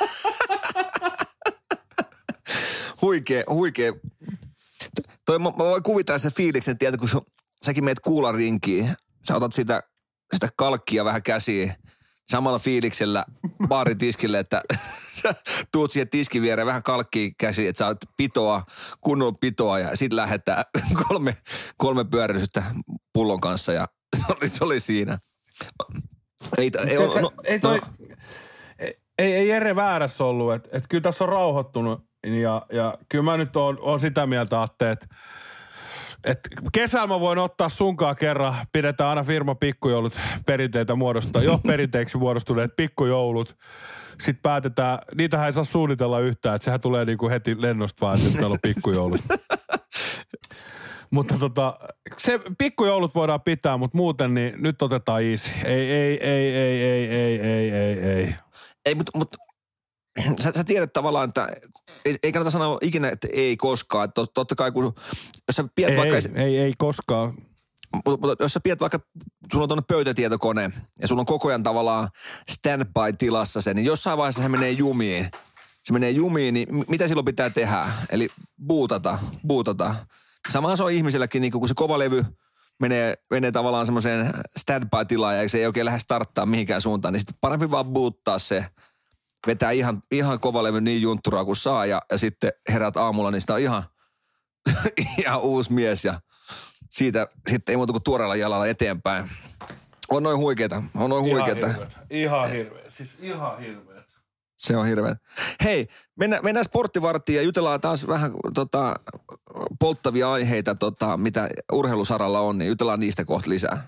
Huikee, huikee. Toi, mä, mä voin kuvitella sen fiiliksen, että kun sun, säkin meet kuularinkiin, sä otat sitä, sitä kalkkia vähän käsiin, samalla fiiliksellä baaritiskille, että sä tuut siihen tiskin viereen vähän kalkkia käsiin, että sä oot pitoa, kunnon pitoa ja sit lähdetään kolme, kolme pyöräilystä pullon kanssa ja se oli, se oli siinä. Ei, ei, se, no, ei, toi, no. ei, ei Jere väärässä ollut, että et kyllä tässä on rauhoittunut ja, ja kyllä mä nyt oon, oon sitä mieltä, että et kesällä mä voin ottaa sunkaan kerran, pidetään aina firma pikkujoulut perinteitä muodostaa, jo perinteeksi muodostuneet pikkujoulut. Sitten päätetään, niitähän ei saa suunnitella yhtään, että sehän tulee niinku heti lennosta vaan, että meillä on pikkujoulut. Mutta tota, se pikkujoulut voidaan pitää, mutta muuten niin nyt otetaan easy. Ei, ei, ei, ei, ei, ei, ei, ei, ei. Ei, mutta mut, sä, sä tiedät tavallaan, että ei, ei kannata sanoa ikinä, että ei koskaan. Että tot, totta kai kun, jos sä pidät ei, vaikka... Ei, ei, ei koskaan. Mutta, mutta jos sä pidät vaikka, sulla on tuonne pöytätietokone ja sulla on koko ajan tavallaan standby-tilassa se, niin jossain vaiheessa se menee jumiin. Se menee jumiin, niin mitä silloin pitää tehdä? Eli bootata, bootata. Samaan se on ihmiselläkin, niin kun se kova levy menee, menee tavallaan semmoiseen standby-tilaan ja se ei oikein lähde starttaa mihinkään suuntaan, niin sitten parempi vaan boottaa se, vetää ihan, ihan kova levy niin juntturaa kuin saa ja, ja sitten herät aamulla, niin sitä on ihan, ihan uusi mies ja siitä sitten ei muuta kuin tuoreella jalalla eteenpäin. On noin huikeeta, on noin huikeeta. Ihan hirveä, siis ihan hirveä. Se on hirveä. Hei, mennään, mennään sporttivarttiin ja jutellaan taas vähän tota, polttavia aiheita, tota, mitä urheilusaralla on, niin jutellaan niistä kohta lisää.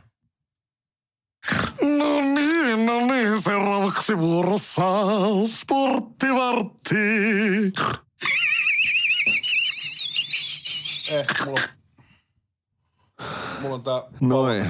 No niin, no niin, seuraavaksi vuorossa sporttivartti. Eh, mulla, mulla on tää... Noin.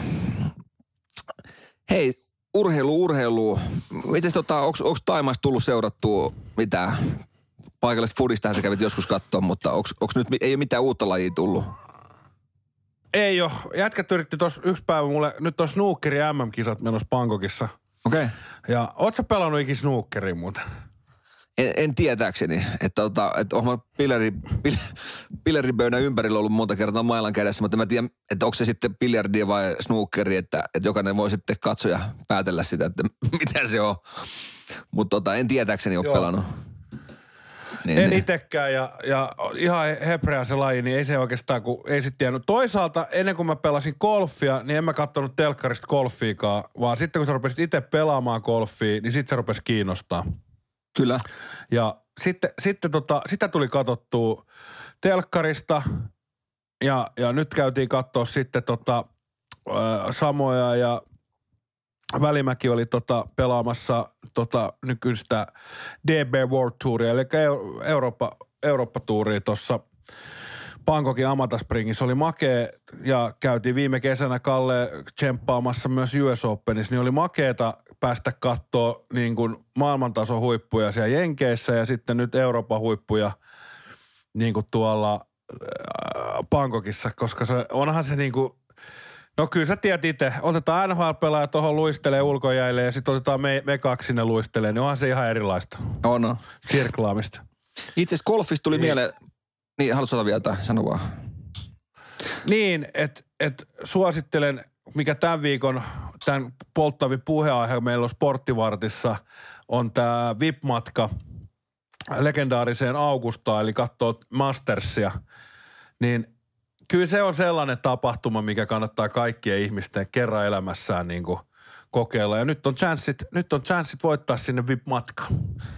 Hei, urheilu, urheilu. Mites tota, onks, onks Taimaassa tullut seurattua mitään? Paikallista foodistahan sä kävit joskus katsoa, mutta onks, onks nyt, ei ole mitään uutta lajia tullut? Ei oo. Jätkät yritti tossa yksi päivä mulle, nyt on snookeri M M-kisat menossa Bangkokissa. Okei. Okay. Ja oot sä pelannut ikin snookeria muuten? En, en tietääkseni, että, että, että olen pilleri, pilleripöydän ympärillä ollut monta kertaa mailan kädessä, mutta mä tiedän, että onko se sitten biljardia vai snookeri, että, että jokainen voi sitten katsoa ja päätellä sitä, että mitä se on. Mutta tota, en tietääkseni ole Joo. pelannut. Niin, en itsekään ja, ja ihan hebreä se laji, niin ei se oikeastaan, kun ei sitten tiennyt. Toisaalta ennen kuin mä pelasin golfia, niin en mä katsonut telkkarista golfiikaan, vaan sitten kun sä rupesit itse pelaamaan golfia, niin sitten se rupesi kiinnostaa. Kyllä. Ja sitten, sitten tota, sitä tuli katsottua telkkarista ja, ja nyt käytiin katsoa sitten tota, äh, Samoja ja Välimäki oli tota pelaamassa tota nykyistä D B World Touria, eli Eurooppa, Eurooppa-tuuria tuossa Bangkokin Amata Springissä. Oli makea ja käytiin viime kesänä Kalle tsemppaamassa myös U S Openissa, niin oli makeeta päästä katsoa niin kuin maailmantason huippuja siellä Jenkeissä ja sitten nyt Euroopan huippuja niin kuin tuolla äh, Bangkokissa, koska se, onhan se niin kuin no kyllä sä tiedät itse. Otetaan N H L-pelaaja tuohon luistelee ulkojäille ja sitten otetaan me, me kaksi sinne luistelee, niin onhan se ihan erilaista. On, on. Sirklaamista. Itse asiassa golfista tuli niin. mieleen, niin haluatko sanoa vielä jotain? Sano vaan. Niin, että et suosittelen mikä tämän viikon, tämän polttavin puheenaihe meillä on Sporttivartissa, on tämä V I P-matka legendaariseen Augustaan, eli katsoo Mastersia, niin kyllä se on sellainen tapahtuma, mikä kannattaa kaikkien ihmisten kerran elämässään niin kuin kokeilla. Ja nyt on chanssit, nyt on chanssit voittaa sinne V I P-matkaan.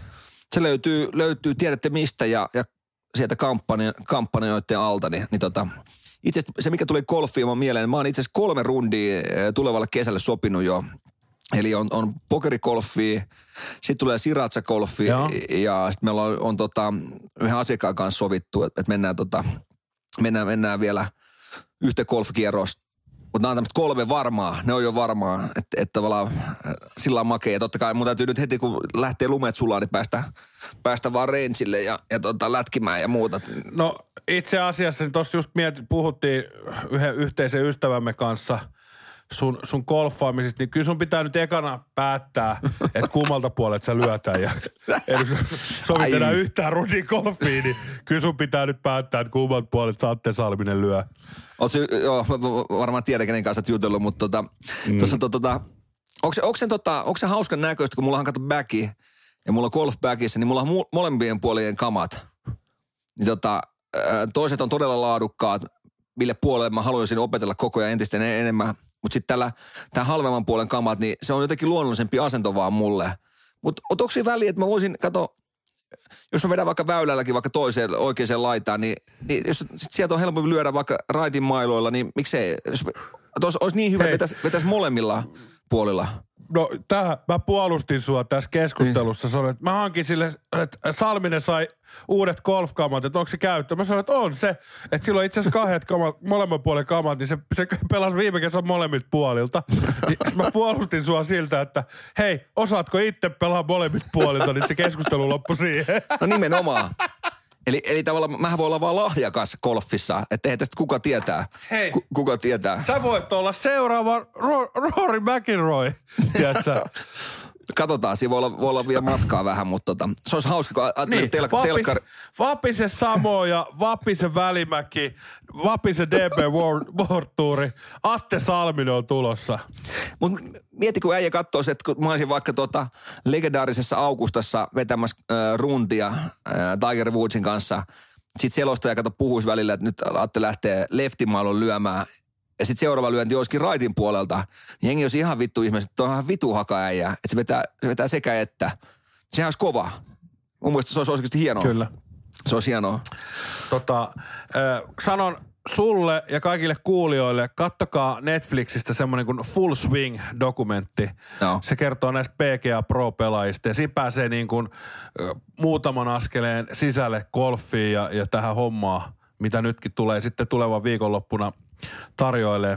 Se löytyy, löytyy tiedätte mistä ja, ja sieltä kampanja, kampanjoiden alta, niin, niin tota, itse asiassa se, mikä tuli golfiin mun mieleen, mä oon itse asiassa kolme rundia tulevalle kesälle sopinut jo. Eli on, on pokerikolfia, sitten tulee siratsa-golfi ja sitten meillä on, on tota, yhden asiakkaan kanssa sovittu, että mennään, tota, mennään, mennään vielä yhtä golfkierrosta. Mutta nämä on tämmöistä kolme varmaa, ne on jo varmaa, että et tavallaan sillä on makea. Ja totta kai mun täytyy nyt heti, kun lähtee lumet sulaa, niin päästä, päästä vaan rangeille ja, ja tota, lätkimään ja muuta. No itse asiassa, niin tuossa just mietit, puhuttiin yhden yhteisen ystävämme kanssa sun, sun golfaamisesta, niin kyllä sun pitää nyt ekana päättää, että kummalta puolelta sä lyötään. Ja eli sovit enää yhtään rundin golfiin, niin kyllä sun pitää nyt päättää, että kummalta puolelta Atte Salminen lyö. Oletko, joo, varmaan tiedän, kenen kanssa olet jutellut, mutta tota, mm. tuossa tota, onko se, onko, se, tota, onko se hauskan näköistä, kun mulla on kato backi ja mulla on golf backissa, niin mulla on mu- molempien puolien kamat. Niin tota, toiset on todella laadukkaat, mille puolelle mä haluaisin opetella koko ajan entistä enemmän. Mutta sitten tällä, tämän halvemman puolen kamat, niin se on jotenkin luonnollisempi asento vaan mulle. Mutta onko se väliä, että mä voisin, kato, jos mä vedän vaikka väylälläkin vaikka toiseen oikeaan laitaan, niin, niin jos sit sieltä on helpompi lyödä vaikka raitin mailoilla, niin miksei, jos, jos olisi niin hyvä, että vetäisi, vetäisi molemmilla puolilla. No tää, mä puolustin sua tässä keskustelussa. Sanoin, että mä hankin sille, että Salminen sai uudet golfkamat, että onko se käyttö? Mä sanoin, että on se. Että silloin itse asiassa kahdet kamat, molemman puolen kamat, niin se, se pelasi viime kesän molemmilta puolilta. Niin mä puolustin sua siltä, että hei, osaatko itse pelaa molemmilta puolilta, niin se keskustelu loppui siihen. No nimenomaan. Eli, eli tavallaan mähän voi olla vaan lahjakas golfissa, että eihän tästä kuka tietää. Hei, Ku, kuka tietää. Sä voit olla seuraava Ro- Rory McIlroy, tiedätkö? Katsotaan, siinä voi olla, voi olla vielä matkaa vähän, mutta tota, se olisi hauska, kun ajattelin niin, telk- Vapis, telkkari. Vapisen Samo ja Vapisen Välimäki, Vapisen D B World, World Touri, Atte Salminen on tulossa. Mutta mieti, kun äijä katsoisi, että kun mä olisin vaikka tota legendaarisessa Augustassa vetämässä äh, runtia äh, Tiger Woodsin kanssa, sitten selostaja kato puhuisi välillä, että nyt Atte lähtee leftimailun lyömään, ja sitten seuraava lyönti olisikin raitin puolelta, niin jengi olisi ihan vittu ihmeessä, että on ihan vitu haka-äijä, että se vetää, se vetää sekä että. Sehän olisi kova. Mun mielestä se olisi oikeasti hienoa. Kyllä. Se olisi hienoa. Tota, äh, sanon sulle ja kaikille kuulijoille, kattokaa Netflixistä semmoinen kuin Full Swing-dokumentti. No. Se kertoo näistä P G A Pro-pelaajista ja siinä pääsee niin kuin äh, muutaman askeleen sisälle golfiin ja, ja tähän hommaan, mitä nytkin tulee sitten tulevan viikonloppuna tarjoilee.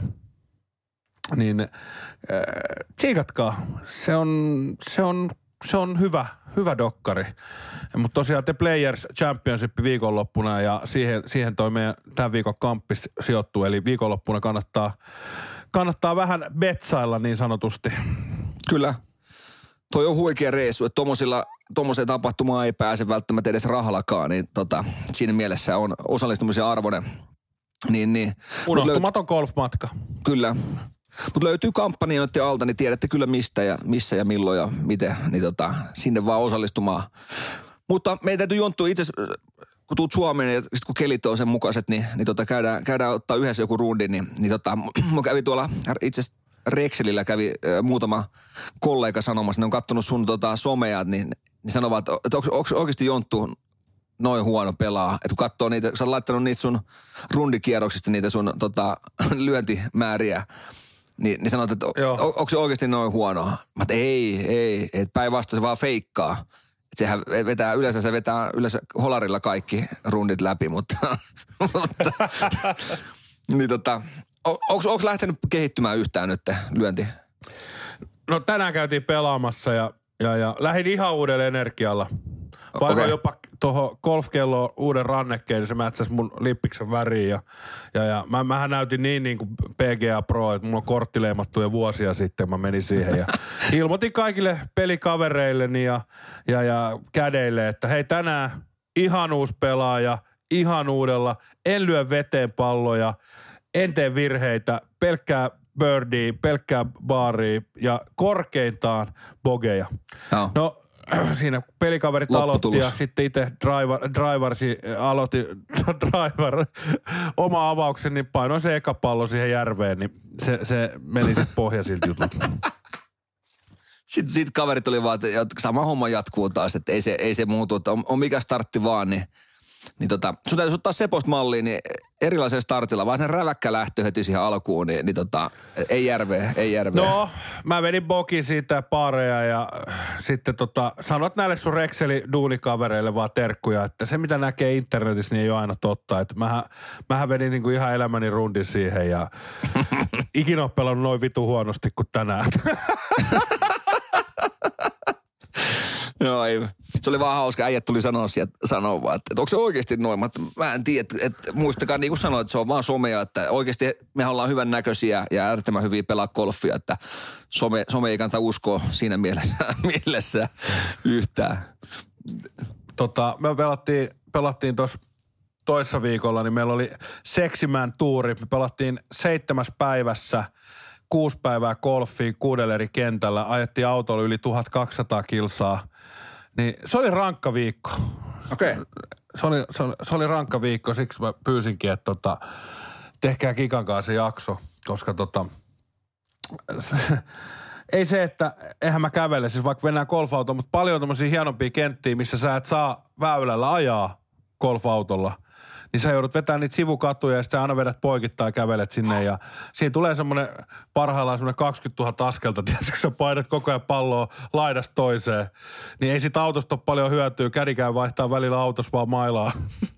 Niin äh, tsiikatkaa. Se on, se on, se on hyvä, hyvä dokkari. Mutta tosiaan The Players Championship viikonloppuna ja siihen, siihen toi meidän tämän viikon kamppis sijoittuu. Eli viikonloppuna kannattaa, kannattaa vähän betsailla niin sanotusti. Kyllä. Toi on huikea reissu, että tommoseen tapahtumaan ei pääse välttämättä edes rahallakaan, niin tota, siinä mielessä on osallistumisen arvoinen. Niin, niin. Unohtumaton löyt- golfmatka. Kyllä. Mutta löytyy kampanjoiden alta, niin tiedätte kyllä mistä ja missä ja milloin ja miten, niin tota, sinne vaan osallistumaan. Mutta meidän täytyy jonttua itse kun tuut Suomeen ja sit kun kelit on sen mukaiset, niin, niin tota, käydään, käydään ottaa yhdessä joku rundi, niin, niin tota, mä kävin tuolla itse asiassa Rexelillä kävi äh, muutama kollega sanomassa, ne on kattonut sun tota, somea, niin, niin sanovat, että onko oikeasti Jonttu noin huono pelaa, että kun katsoo niitä, kun sä oot laittanut niitä sun rundikierroksista, niitä sun tota, lyöntimääriä, niin, niin sanot, että on, onko se oikeasti noin huono? Mä et, ei, ei, että päinvastoin se vaan feikkaa. Että sehän vetää, yleensä se vetää yleensä holarilla kaikki rundit läpi, mutta, mutta niin tota, onko lähtenyt kehittymään yhtään nyt lyönti? No tänään käytiin pelaamassa ja, ja, ja lähdin ihan uudella energialla. Painoin okay. jopa tuohon golfkelloon uuden rannekkeen, niin se mätsäsi mun lippiksen väriin. Ja, ja, ja mä, mähän näytin niin niin kuin P G A Pro, että mulla on kortti leimattu jo vuosia sitten, mä menin siihen. Ja ilmoitin kaikille pelikavereilleni ja, ja, ja kädeille, että hei tänään ihan uusi pelaaja, ihan uudella. En lyö veteen palloja, en tee virheitä, pelkkää birdia, pelkkää baaria ja korkeintaan bogeja. No. No siinä pelikaverit aloitti ja sitten itse driver, driversi aloitti driver oma avauksen, niin painoin se eka pallo siihen järveen, niin se, se meni sitten pohjaisilta jutut. Sitten sit kaverit oli vaan, että sama homma jatkuu taas, että ei se, ei se muutu, että on, on mikä startti vaan, niin, niin tota, sun täytyisi ottaa Seposta malliin, niin erilaisella startilla, vaan sen räväkkä lähtö heti siihen alkuun, niin, niin tota, ei järveä, ei järveä. No, mä vedin bokin siitä pareja ja sitten tota, sanot näille sun Rexeli duunikavereille vaan terkkuja, että se mitä näkee internetissä, niin ei ole aina totta. Että mähän, mähän vedin niinku ihan elämäni rundin siihen ja ikinä ole pelannut noin vitu huonosti kuin tänään. Joo, ei. Se oli vaan hauska. Äijät tuli sanoa sieltä, sanoa vaan, että, että onko se oikeasti noin. Mä, mä en tiedä, että, että muistakaa niin kuin sanoit, että se on vaan somea, että oikeasti me ollaan hyvän näköisiä ja äärettömän hyviä pelaa golfia, että some, some ei kannata uskoa siinä mielessä, mielessä yhtään. Tota, me pelattiin, pelattiin tuossa toissa viikolla, niin meillä oli Seximän tuuri. Me pelattiin seitsemäs päivässä kuusi päivää golfia kuudella eri kentällä. Ajettiin autolla yli tuhatkaksisataa kilsaa. Niin se oli rankka viikko. Okei. Okay. Se oli, se, oli, se oli rankka viikko, siksi mä pyysinkin, että tota, tehkää Kikan kanssa se jakso, koska tota, se, ei se, että eihän mä kävele, siis vaikka mennään golfautoon, mutta paljon tommosia hienompia kenttiä, missä sä et saa väylällä ajaa golfautolla. Niin sä joudut vetämään niitä sivukatuja ja sitten sä aina vedät poikittain ja kävelet sinne ja siinä tulee semmoinen parhaillaan semmoinen kaksikymmentätuhatta askelta, tiedätkö sä painat koko ajan palloa laidasta toiseen. Niin ei sit autosta ole paljon hyötyä, kädikään vaihtaa välillä autossa vaan mailaa.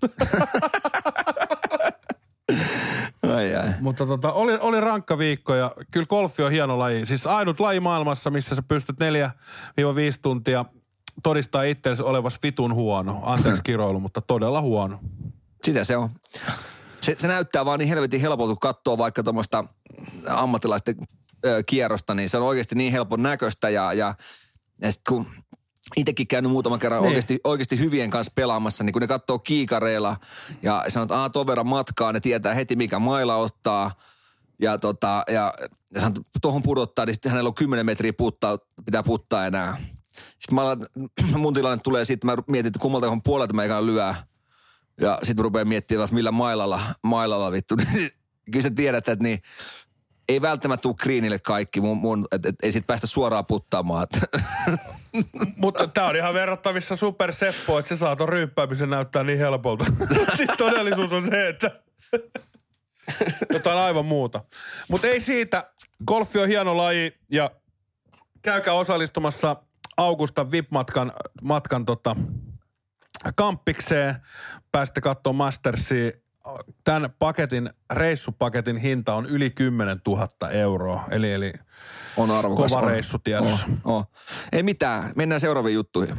Ai ai. Mutta tota, oli, oli rankka viikko ja kyllä golfi on hieno laji. Siis ainut laji maailmassa, missä sä pystyt neljä viisi tuntia todistaa itseäsi olevas vitun huono. Anteeksi kiroilu, mutta todella huono. Sitä se on. Se, se näyttää vaan niin helvetin helpolta, kun katsoo vaikka tuommoista ammattilaisten ö, kierrosta, niin se on oikeasti niin helpon näköistä ja, ja, ja sitten kun itsekin käynyt muutaman kerran niin. oikeasti, oikeasti hyvien kanssa pelaamassa, niin kun ne katsoo kiikareilla ja sanoo, että aah, ton verran matkaa, ne tietää heti mikä maila ottaa ja, tota, ja, ja sanoo, tuohon pudottaa, niin sitten hänellä on kymmenen metriä puttaa, pitää puttaa enää. Sitten mä, mun tilanne tulee siitä, mä mietin, että kummalta johon puolelta mä eikä lyö. Ja sitten rupeaa miettimään, millä mailalla, mailalla vittu. Kyllä sä tiedät, että niin, ei välttämättä tule greenille kaikki, mun, mun, että et, ei sit päästä suoraan puttaamaan. Mutta tää on ihan verrattavissa Super Seppo, että se saa ton ryyppäämisen näyttää niin helpolta. Sitten todellisuus on se, että jotain aivan muuta. Mutta ei siitä. Golfi on hieno laji ja käykää osallistumassa Augustan V I P-matkan matkan tota, kampikseen. Pääsitte katsoa Mastersia. Tämän paketin, reissupaketin hinta on yli kymmenen tuhatta euroa. Eli, eli on arvokas. Kova reissu tiedossa. On, on. Ei mitään. Mennään seuraaviin juttuihin.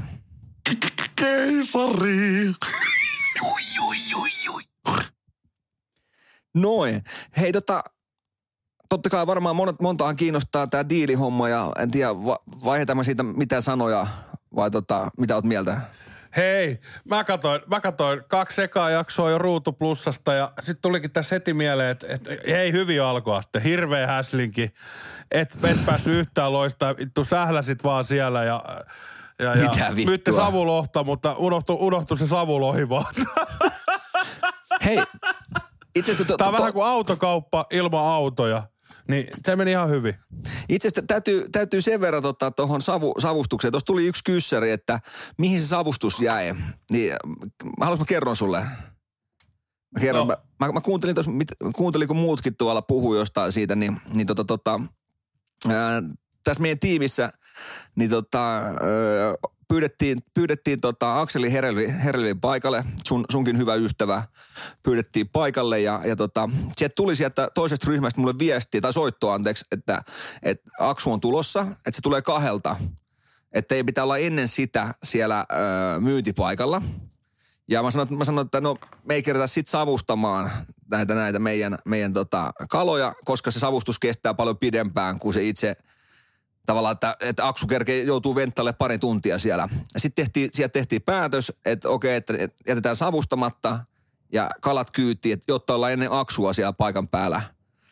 Keisari. Noin. Hei tota, totta kai varmaan monet, montahan kiinnostaa tää diilihomma ja en tiedä, va, vaihdetaan siitä mitä sanoja vai tota, mitä oot mieltä? Hei, mä katsoin, mä katsoin kaksi ekaa jaksoa jo Ruutu Plussasta ja sitten tulikin tässä heti mieleen, että et, hei hyvin alkoi, että hirveä häslinki, et, et päässyt yhtään loistaa, vittu sähläsit vaan siellä ja, ja, ja mitä vittua? myytte savulohta, mutta unohtui, unohtui se savulohi vaan. Hei, itse asiassa... Tää on vähän kuin autokauppa ilman autoja. Niin, se meni ihan hyvin. Itse asiassa täytyy, täytyy sen verran ottaa tuohon savu, savustukseen. Tuossa tuli yksi kyssäri, että mihin se savustus jäi. Niin, mä haluaisin, mä kerron sulle. Mä kerron, no. mä, mä, mä kuuntelin, tos, mit, kuuntelin, kun muutkin tuolla puhuu jostain siitä, niin, niin tota, tota, ää, tässä meidän tiimissä, niin tota... Ää, Pyydettiin, pyydettiin tota Akseli Herelvi, Herelvin paikalle, sun, sunkin hyvä ystävä, pyydettiin paikalle ja, ja tota, sieltä tuli sieltä toisesta ryhmästä mulle viestiä, tai soittoa anteeksi, että, että Aksu on tulossa, että se tulee kahdelta, että ei pitää olla ennen sitä siellä öö, myyntipaikalla. Ja mä sanoin, mä sanoin, että no me ei kerätä sit savustamaan näitä, näitä meidän, meidän tota, kaloja, koska se savustus kestää paljon pidempään kuin se itse... Tavallaan, että, että Aksu kerkee joutuu venttaille pari tuntia siellä. Sitten tehtiin, sieltä tehtiin päätös, että okei, että jätetään savustamatta ja kalat kyytiin, että jotta ollaan ennen Aksua siellä paikan päällä.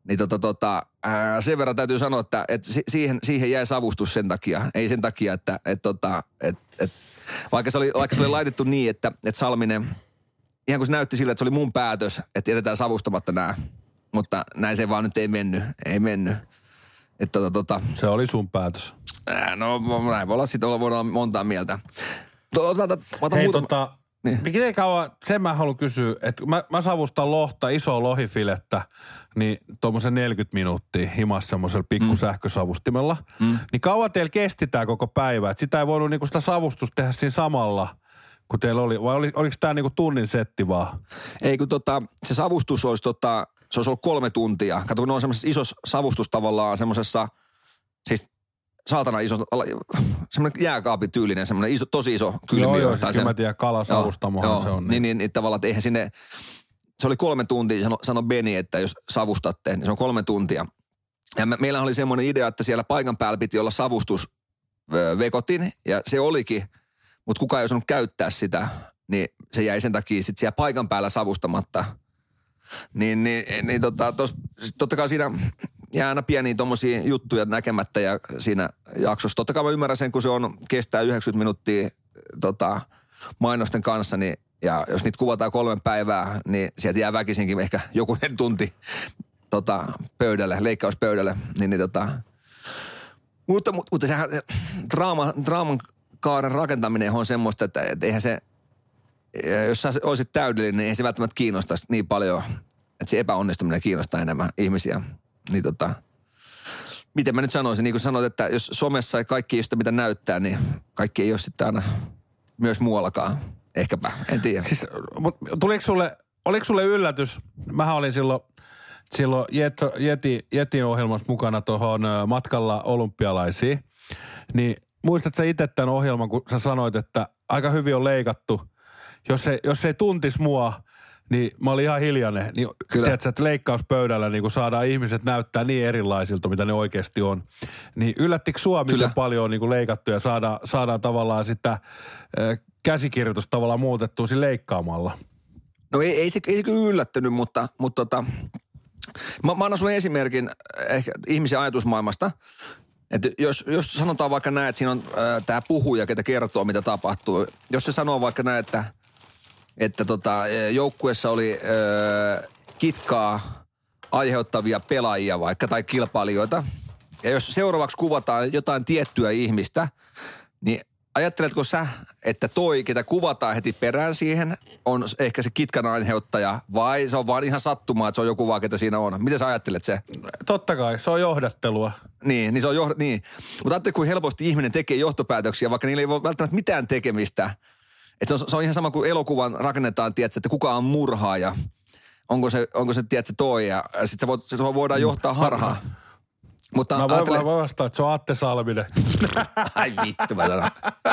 Niin tota, tota, ää, sen verran täytyy sanoa, että et si- siihen, siihen jäi savustus sen takia. Ei sen takia, että et, tota, et, et, vaikka, se oli, vaikka se oli laitettu niin, että et Salminen, ihan kun se näytti sillä, että se oli mun päätös, että jätetään savustamatta nämä. Mutta näin se vaan nyt ei mennyt. Ei mennyt. Et, tota, tota, Se oli sun päätös. ää, no näin voi olla, sitten olla voidaan montaa mieltä. Ota, ota Hei muutama. tota, Niin. miten kauan, sen mä haluan kysyä, että mä, mä savustan lohta, isoa lohifilettä, niin tuommoisen neljäkymmentä minuuttia himas semmoisella pikku sähkösavustimella. Mm. Niin kauan teillä kesti tää koko päivä? Et sitä ei voinut niinku sitä savustusta tehdä siinä samalla, kun teillä oli, vai oli, oliko tää niinku tunnin setti vaan? Ei kun tota, se savustus olisi tota, se olisi ollut kolme tuntia. Kato, kun ne on semmoisessa isossa savustus tavallaan semmoisessa, siis saatana iso, semmoinen jääkaapityylinen, semmoinen iso, tosi iso kylmiö. Joo, joo, tai siis mä tiedän, kalasavustamohan se on. Niin, niin, niin tavallaan, että eihän sinne, se oli kolme tuntia, sano, sano Beni, että jos savustatte, niin se on kolme tuntia. Ja me, meillä oli semmoinen idea, että siellä paikan päällä piti olla savustusvekotin, ja se olikin, mutta kukaan ei osannut käyttää sitä, niin se jäi sen takia sitten siellä paikan päällä savustamatta. Niin, niin, niin tota, tos, totta kai siinä jää aina pieniä tommosia juttuja näkemättä ja siinä jaksossa. Totta kai mä ymmärrän sen, kun se on, kestää yhdeksänkymmentä minuuttia tota, mainosten kanssa, niin, ja jos niitä kuvataan kolmen päivää, niin sieltä jää väkisinkin ehkä jokunen tunti tota, pöydälle, leikkauspöydälle. Niin, niin, tota, mutta, mutta, mutta sehän draama, draaman kaaren rakentaminen on semmoista, että et eihän se, jos sä olisit täydellinen, niin ei se välttämättä kiinnostaisi niin paljon, että se epäonnistuminen kiinnostaa enemmän ihmisiä. Niin tota, miten mä nyt sanoisin, niin kuin sanoit, että jos somessa ei kaikki ei sitä mitä näyttää, niin kaikki ei ole sitten aina myös muuallakaan. Ehkäpä, en tiedä. Siis, mutta tuliko sulle, oliko sulle yllätys? Mähän olin silloin, silloin Jet, Jeti, Jetin ohjelmassa mukana tuohon matkalla olympialaisiin. Niin muistatko sä itse tämän ohjelman, kun sä sanoit, että aika hyvin on leikattu. Jos ei, jos ei tuntis mua, niin mä olin ihan hiljainen. Niin tiedätkö, että leikkauspöydällä niin kun saadaan ihmiset näyttää niin erilaisilta, mitä ne oikeasti on. Niin yllättikö sua, miten Kyllä. paljon on niin kuin leikattu ja saadaan, saadaan tavallaan sitä äh, käsikirjoitusta tavallaan muutettua siinä leikkaamalla? No ei, ei, se, ei se kyllä yllättänyt, mutta, mutta tota, mä, mä annan sulle esimerkin ehkä ihmisen ajatusmaailmasta. Että jos, jos sanotaan vaikka näin, että siinä on äh, tämä puhuja, ketä kertoo, mitä tapahtuu. Jos se sanoo vaikka näin, että että tota, joukkueessa oli ö, kitkaa aiheuttavia pelaajia vaikka tai kilpailijoita. Ja jos seuraavaksi kuvataan jotain tiettyä ihmistä, niin ajatteletko sä, että toi, ketä kuvataan heti perään siihen, on ehkä se kitkan aiheuttaja vai se on vaan ihan sattumaa, että se on joku vaan, ketä siinä on? Miten sä ajattelet se? Totta kai, se on johdattelua. Niin, niin se on johd... niin. Mutta ajattelet, kun helposti ihminen tekee johtopäätöksiä, vaikka niillä ei ole välttämättä mitään tekemistä. Että se on, se on ihan sama kuin elokuvan rakennetaan, tiedätkö, että kuka on murhaaja. Onko se, onko se tiedätkö, toi ja sitten se, voi, se voidaan johtaa harhaan. Mutta mä voin ajattele... vaan vastaa, että se on Atte Salminen. Ai vittu, mä sanon.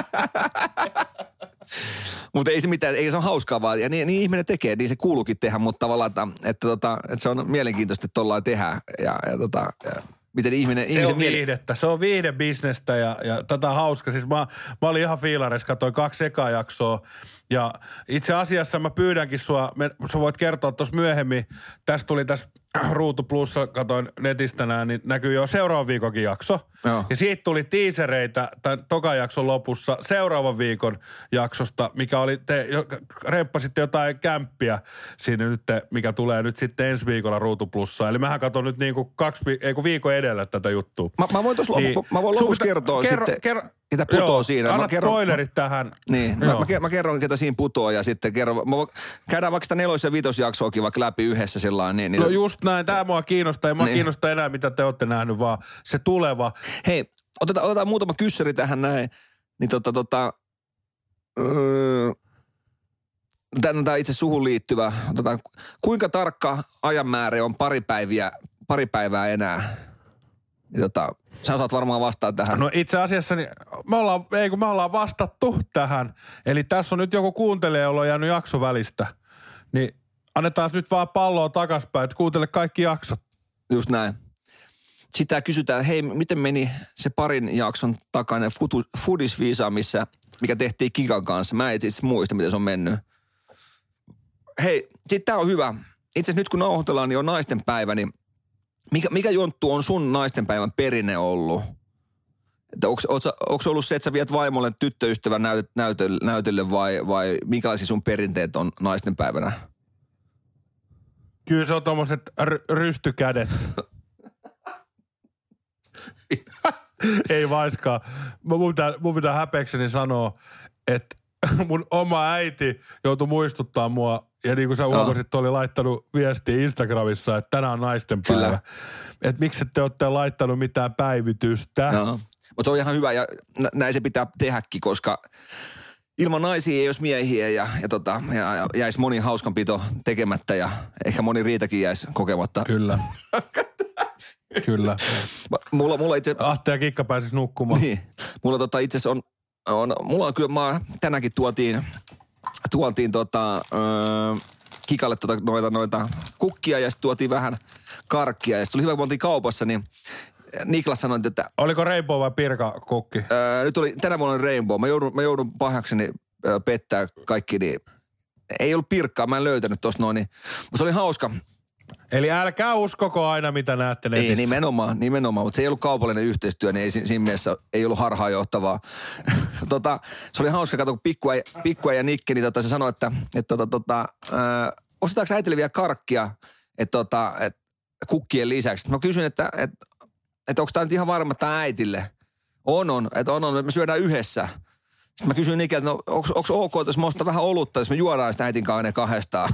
Mutta ei se mitään, ei se ole hauskaa vaan. Ja niin, niin ihminen tekee, niin se kuuluukin tehdä, mutta tavallaan, että, että, että, että se on mielenkiintoista, että tollain tehdään. Ja, ja, tota, ja miten ihminen... Se on viihdettä, miele... se on viihdebisnestä ja, ja tätä hauska. Siis mä, mä olin ihan fiilareissa, katsoin kaksi ekaa jaksoa. Ja itse asiassa mä pyydänkin sua, me, sä voit kertoa tuossa myöhemmin, tästä tuli tässä Ruutu Plussa, katoin netistä nää, niin näkyy jo seuraavan viikonkin jakso. Joo. Ja siitä tuli tiisereitä tämän tokan jakson lopussa seuraavan viikon jaksosta, mikä oli, te remppasitte jotain kämppiä siinä nyt, mikä tulee nyt sitten ensi viikolla Ruutu Plussa. Eli mähän katson nyt niinku kaksi, ei kun viikon edellä tätä juttua. Mä, mä voin tuossa niin, lopu, mä voin lopussa kertoa kerro, sitten, kerro, ketä putoo joo, siinä. Anna mä kerron, spoilerit tähän. Niin, mä, mä, mä kerron, ketä siinä putoo ja sitten kerron. Mä voin, käydään vaikka sitä nelos- ja vitosjaksoakin vaikka läpi yhdessä sellainen. Niin, niin, no just näin, tää mua kiinnostaa. Ei mua niin. kiinnosta enää, mitä te olette nähnyt, vaan se tuleva. Hei, otetaan, otetaan muutama kyssäri tähän näin. Niin tota, tota, öö, tämä on itse suhun liittyvä. Otetaan, kuinka tarkka ajanmäärä on pari, päiviä, pari päivää enää? Niin tota, sä saat varmaan vastaa tähän. No itse asiassa niin me ollaan, ei kun me ollaan vastattu tähän. Eli tässä on nyt joku kuuntelija, jolla on jäänyt jakso välistä. Niin annetaan nyt vaan palloa takaspäin, että kuuntele kaikki jaksot. Just näin. Sitä kysytään, hei, miten meni se parin jakson takainen Foodisvisa, missä, mikä tehtiin Kikan kanssa. Mä en itse muista, miten se on mennyt. Hei, sit tää on hyvä. Itse asiassa nyt kun nauhoitellaan, niin on naisten päivä, niin mikä, mikä Jonttu on sun naistenpäivän perinne ollut? Että onko ollut se, että sä viet vaimolle tyttöystävän näyt, näytölle, näytölle vai, vai minkälaisia sun perinteet on naistenpäivänä? Kyllä se on tommoset r- rystykädet. Ei vaiskaan. Mun pitää, mun pitää häpeäkseni sanoa, että mun oma äiti joutui muistuttaa mua, ja niin kuin sä huomasit, no. oli laittanut viestiä Instagramissa, että tänään on naistenpäivä. Että miksi ette olette laittanut mitään päivitystä. No. Mutta se on ihan hyvä ja näin se pitää tehdäkin, koska ilman naisia ei olisi miehiä ja, ja, tota, ja, ja jäisi moni hauskanpito tekemättä ja ehkä moni riitakin jäisi kokematta. Kyllä. Kyllä. Mulla, mulla itse... Ahte ja Kikka pääsis nukkumaan. Niin. Mulla tota itse asiassa on, on, mulla on kyllä, mä tänäänkin tuotiin, tuotiin tota, öö, Kikalle tota, noita, noita kukkia ja sitten tuotiin vähän karkkia. Ja sitten tuli hyvä, kun me oltiin kaupassa, niin Niklas sanoi, että... Oliko Rainbow vai Pirka kukki? Öö, nyt oli, tänä vuonna oli Rainbow. Mä joudun, mä joudun pahakseni öö, pettää kaikki, niin ei ollut Pirkkaa, mä en löytänyt tossa noin. Niin, mutta se oli hauska. Eli älkää uskoko aina, mitä näette netissä. Ei, nimenomaan, nimenomaan, mutta se ei ollut kaupallinen yhteistyö, niin ei, siinä mielessä ei ollut harhaanjohtavaa. tota, se oli hauska, kato, kun Pikkua, Pikkua ja Nikke, niin tota, se sanoi, että et, tota, tota, äh, ostetaanko äitille vielä karkkia et, tota, et, kukkien lisäksi. Mä kysyin, että et, et, onko tämä nyt ihan varma tämä äitille? On, on, että on, on, että me syödään yhdessä. Sitten mä kysyin Nikke, että no, onko ok, jos mä ostan vähän olutta, jos me juodaan sitä äitin kanssa ne kahdestaan.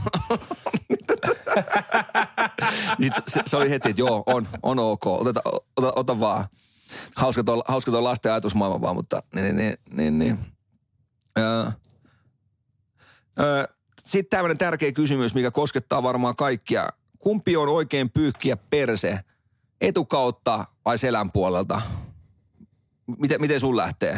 se, se oli heti, että joo, on, on ok, Oteta, ota, ota vaan. Hauska tuo, hauska tuo lasten ajatusmaailma vaan, mutta niin, niin, niin, niin. Öö, öö, sitten tämmöinen tärkeä kysymys, mikä koskettaa varmaan kaikkia. Kumpi on oikein pyyhkiä perse, etukautta vai selän puolelta? Miten, miten sun lähtee?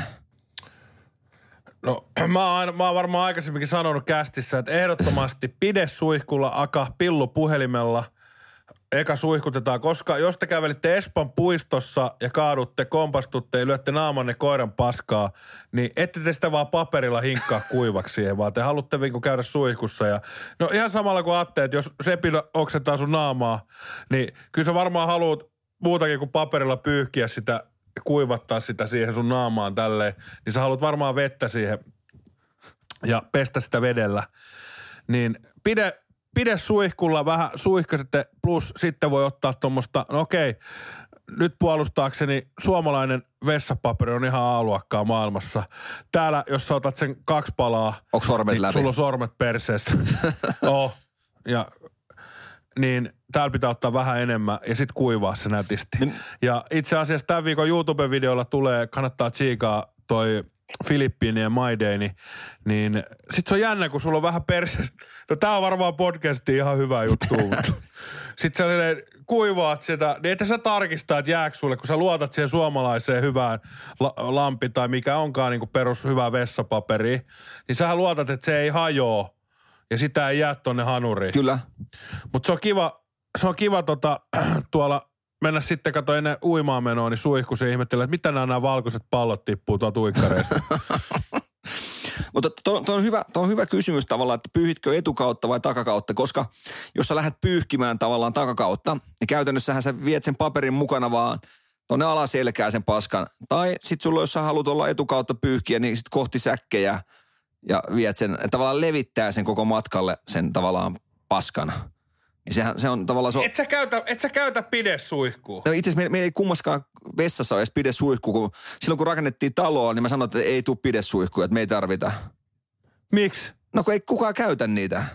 No mä oon, mä oon varmaan aikaisemminkin sanonut kästissä, että ehdottomasti pide suihkulla, aka pillu puhelimella. Eka suihkutetaan, koska jos te kävelitte Espan puistossa ja kaadutte, kompastutte ja lyötte naamanne koiran paskaa, niin ette te sitä vaan paperilla hinkkaa kuivaksi siihen, vaan te haluatte vinku käydä suihkussa. Ja, no ihan samalla kuin Atte, että jos Sepi oksentaa sun naamaa, niin kyllä sä varmaan haluat muutakin kuin paperilla pyyhkiä sitä, kuivattaa sitä siihen sun naamaan tälleen, niin sä haluat varmaan vettä siihen ja pestä sitä vedellä. Niin pide, pide suihkulla vähän suihkasitte, plus sitten voi ottaa tuommoista, no okei, nyt puolustaakseni suomalainen vessapaperi on ihan A-luokkaa maailmassa. Täällä, jos sä otat sen kaksi palaa, onko sormet niin läpi? Sulla on sormet perseessä. oh. Ja niin täällä pitää ottaa vähän enemmän ja sit kuivaa se nätisti. Min... Ja itse asiassa tämän viikon YouTube-videolla tulee, kannattaa tsiikaa toi Filippiinien My Day, niin, niin sit se on jännä, kun sulla on vähän perseessä. No tää on varmaan podcastiin ihan hyvä juttu. Sit sä kuivaat sitä, niin että sä tarkistaa, että jääkö sulle, kun sä luotat siihen suomalaiseen hyvään la- lampi tai mikä onkaan niin kuin perus hyvää vessapaperi, niin sähän luotat, että se ei hajoa. Ja sitä ei jää tonne hanuriin. Kyllä. Mutta se on kiva, se on kiva tota, tuolla mennä sitten, kato ennen uimaan menoa, niin suihkuisin ihmettelee, että mitä nämä, nämä valkoiset pallot tippuu tuolta uikkareista. Mutta tuo on, hyvä, on hyvä kysymys tavallaan, että pyyhitkö etukautta vai takakautta, koska jos sä lähdet pyyhkimään tavallaan takakautta, niin käytännössähän sä viet sen paperin mukana vaan tonne alaselkää sen paskan. Tai sit sulla, jos sä haluat olla etukautta pyyhkiä, niin sit kohti säkkejä ja viet sen, tavallaan levittää sen koko matkalle sen tavallaan paskan. Niin sehän, se on tavallaan... So... Et sä käytä, et sä käytä pidesuihkua. No itse asiassa me, me ei kummaskaan vessassa ole edes pidesuihkua, kun silloin kun rakennettiin taloa, niin mä sanoin, että ei tule pidesuihkuja, että me ei tarvita. Miksi? No kun ei kukaan käytä niitä.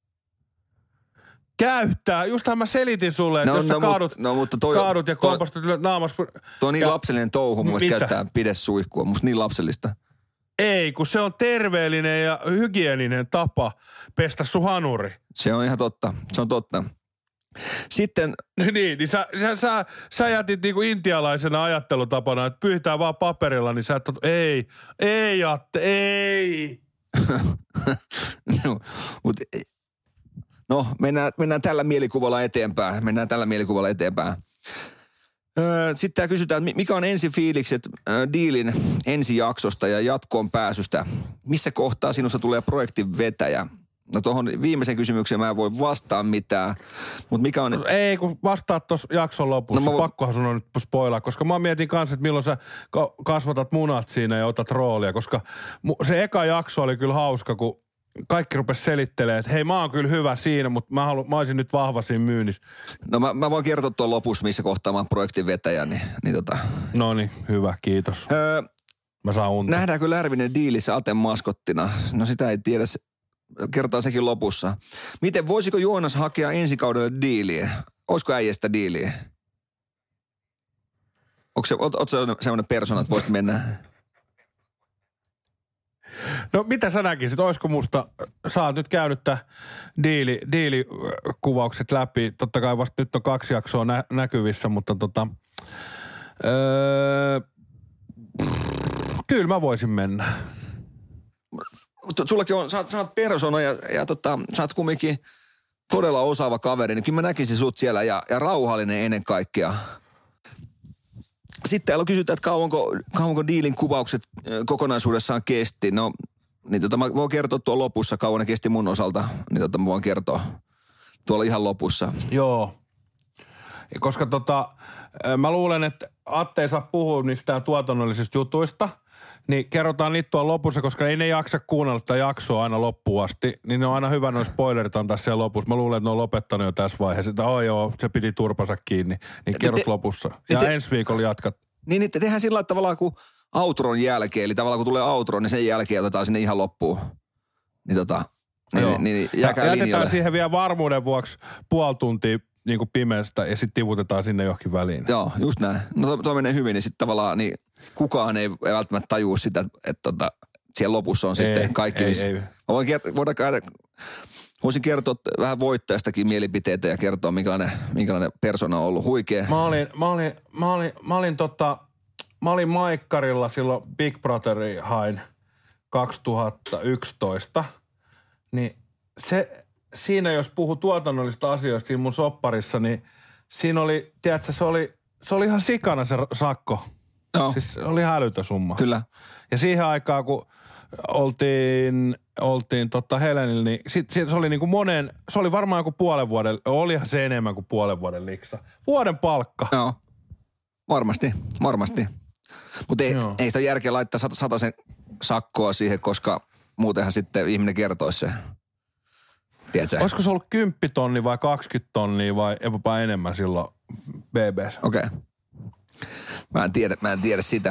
Käyttää. Justhan mä selitin sulle, että no, jos no, sä kaadut, no, mutta toi, kaadut ja kompastut naamassa... Tuo on niin ja... lapsellinen touhu, mun mielestä käyttää pidesuihkua. Musta niin lapsellista. Ei, kun se on terveellinen ja hygieninen tapa pestä sun hanuri. Se on ihan totta. Se on totta. Sitten... niin, niin sä, sä, sä, sä jätit niinku intialaisena ajattelutapana, että pyyhitään vaan paperilla, niin sä et tot... Ei, ei Atte, ei. no, mut, no, mennään, mennään tällä mielikuvalla eteenpäin. Mennään tällä mielikuvalla eteenpäin. Sitten tää kysytään, mikä on ensi fiilikset äh, diilin ensijaksosta ja jatkoon pääsystä? Missä kohtaa sinusta tulee projektin vetäjä? No tuohon viimeisen kysymykseen mä en voi vastaa mitään, mutta mikä on... Ei, kun vastaat tuossa jakson lopussa. No, mä... Pakkohan sun on nyt spoilaa, koska mä mietin kanssa, että milloin sä kasvatat munat siinä ja otat roolia, koska se eka jakso oli kyllä hauska, kun kaikki rupes selittelemään, että hei, mä oon kyllä hyvä siinä, mutta mä, halu, mä olisin nyt vahva siinä myynnissä. No mä, mä voin kertoa tuon lopussa, missä kohtaa mä oon projektin vetäjä, niin, niin tota... No niin, hyvä, kiitos. Öö, mä saan unta. Nähdäänkö Lärvinen diilissä Aten maskottina? No sitä ei tiedä, kertaa sekin lopussa. Miten, voisiko Joonas hakea ensi kaudelle diiliä? Olisiko äijästä diiliä? Onko se, oot, oot se sellainen persona, että voisit mennä... No mitä sä näkisit? Olisiko musta, sä oot nyt käynyt tää diili, diilikuvaukset läpi. Totta kai vasta nyt on kaksi jaksoa nä- näkyvissä, mutta tota... Öö, kyllä mä voisin mennä. Sullakin on, sä oot, sä oot persona ja, ja tota, sä oot kumminkin todella osaava kaveri, niin kyllä mä näkisin sut siellä ja, ja rauhallinen ennen kaikkea. Sitten täällä kysytään, että kauanko, kauanko diilin kuvaukset kokonaisuudessaan kesti. No, niin tota mä voin kertoa tuolla lopussa, kauan ne kesti mun osalta. Niin tota mä voin kertoa tuolla ihan lopussa. Joo. Koska tota, mä luulen, että Atte ei saa puhua niistä tuotannollisista jutuista, niin kerrotaan niitä tuolla lopussa, koska ei ne jaksa kuunnella tätä jaksoa aina loppuun asti. Niin ne on aina hyvä noin spoilerit antaa siellä lopussa. Mä luulen, että ne on lopettanut jo tässä vaiheessa. Että oh joo, se piti turpansa kiinni. Niin kerrot te, lopussa. Ja te, ensi viikolla jatkat. Niin, niin tehdään sillä tavalla kuin outron jälkeen. Eli tavallaan kun tulee outro, niin sen jälkeen otetaan sinne ihan loppuun. Niin tota, niin, niin jääkää ja linjalle. Jätetään siihen vielä varmuuden vuoksi puoli tuntia niin kuin pimeästä ja sitten tiputetaan sinne johonkin väliin. Joo, just näin. No to, toi menee hyvin, niin sitten tavallaan niin kukaan ei välttämättä tajua sitä, että, että, että siellä lopussa on ei, sitten kaikki. Ei, missä... ei. Voin voidaan käydä, voisin kertoa vähän voittajastakin mielipiteitä ja kertoa, minkälainen, minkälainen persona on ollut. Huikea. Mä olin, mä olin, mä olin, mä olin tota, mä olin Maikkarilla silloin Big Brotherin hain kaksituhattayksitoista, niin se... Siinä jos puhuu tuotannollisista asioista siinä mun sopparissa, niin siinä oli, tiedätkö, se oli, se oli ihan sikana se sakko. No. Siis se oli hälytä summa. Kyllä. Ja siihen aikaan, kun oltiin, oltiin totta Helenillä, niin sit, sit se oli niin kuin monen, se oli varmaan joku puolen vuoden, olihan se enemmän kuin puolen vuoden liksa. Vuoden palkka. Joo. Varmasti, varmasti. Mutta ei, ei sitä järkeä laittaa sata, satasen sakkoa siihen, koska muutenhan sitten ihminen kertoisi se. Tiedätkö? Olisiko se ollut kymmenen tonni vai kaksikymmentä tonnia vai jopa enemmän silloin B B:ssä? Okei. Okay. Mä en tiedä, mä en tiedä sitä.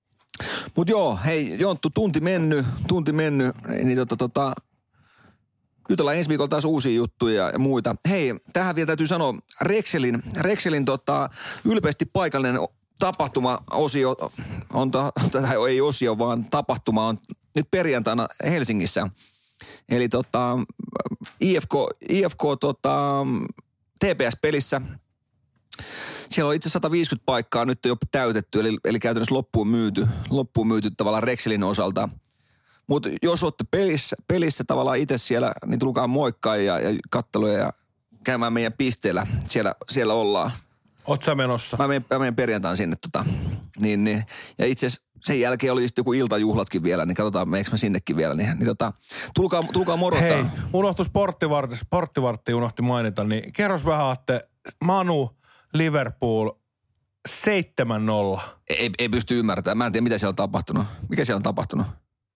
Mut joo, hei Jonttu, tunti mennyt, tunti mennyt, niin tota tota, jutellaan ensi viikolla taas uusia juttuja ja muita. Hei, tähän vielä täytyy sanoa, Rexelin, Rexelin tota, ylpeästi paikallinen tapahtuma-osio, on, tai ei osio, vaan tapahtuma on nyt perjantaina Helsingissä. Eli tota, I F K, I F K tota, T P S-pelissä. Siellä on itse sata viisikymmentä paikkaa nyt jo täytetty, eli, eli käytännössä loppuun myyty, loppuun myyty tavallaan Rexelin osalta. Mutta jos olette pelissä, pelissä tavallaan itse siellä, niin tulkaa moikkaa ja, ja katteluja ja käymään meidän pisteellä. Siellä, siellä ollaan. Oot sä menossa? Mä menen, mä menen perjantaina sinne. Tota. Niin, niin. Ja itse asiassa sen jälkeen oli sitten joku iltajuhlatkin vielä, niin katsotaan, meneekö mä sinnekin vielä. Niin, niin tota, tulkaa, tulkaa morottaa. Hei, unohtu sporttivartti, sporttivartti unohti mainita, niin kerros vähän, että Manu, Liverpool, seitsemän nolla. Ei, ei pysty ymmärtämään. Mä en tiedä, mitä siellä on tapahtunut. Mikä siellä on tapahtunut?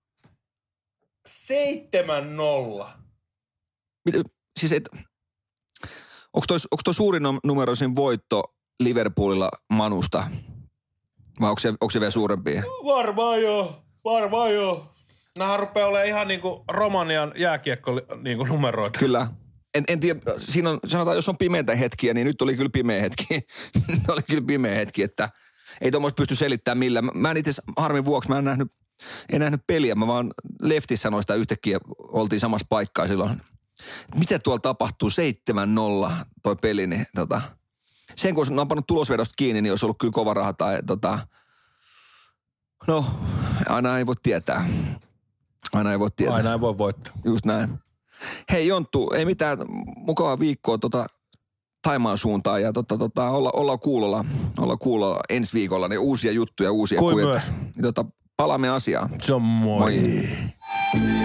seitsemän nolla. Siis et, onko toi, onko toi suurin numeroisin voitto Liverpoolilla Manusta? Vai onko se, onko se vielä suurempi? Varmaan joo, varmaan joo. Nämähän rupeaa olemaan ihan niinku Romanian jääkiekko niinku numeroita. Kyllä. En, en tiedä, siinä on, sanotaan, jos on pimeitä hetkiä, niin nyt oli kyllä pimeä hetki. Nyt oli kyllä pimeä hetki, että ei tuommoista pysty selittämään millään. Mä, mä en itse harmin vuoksi, mä en nähnyt, en nähnyt peliä, mä vaan leftissä sanoi sitä yhtäkkiä, oltiin samassa paikkaa silloin. Mitä tuolla tapahtuu? seitsemän nolla toi peli, niin tota, sen kun on pannut tulosvedosta kiinni, niin olisi ollut kyllä kova raha tai tota, no, aina ei voi tietää. Aina ei voi tietää. Aina ei voi voittaa. Just näin. Hei Jonttu, ei mitään mukavaa viikkoa tota Thaimaan suuntaan ja tota, tota, olla, ollaan kuulolla, ollaan kuulolla ensi viikolla, niin uusia juttuja, uusia Kuin kuita. myös. Niin, tota, palaamme asiaan. Se on moi. moi.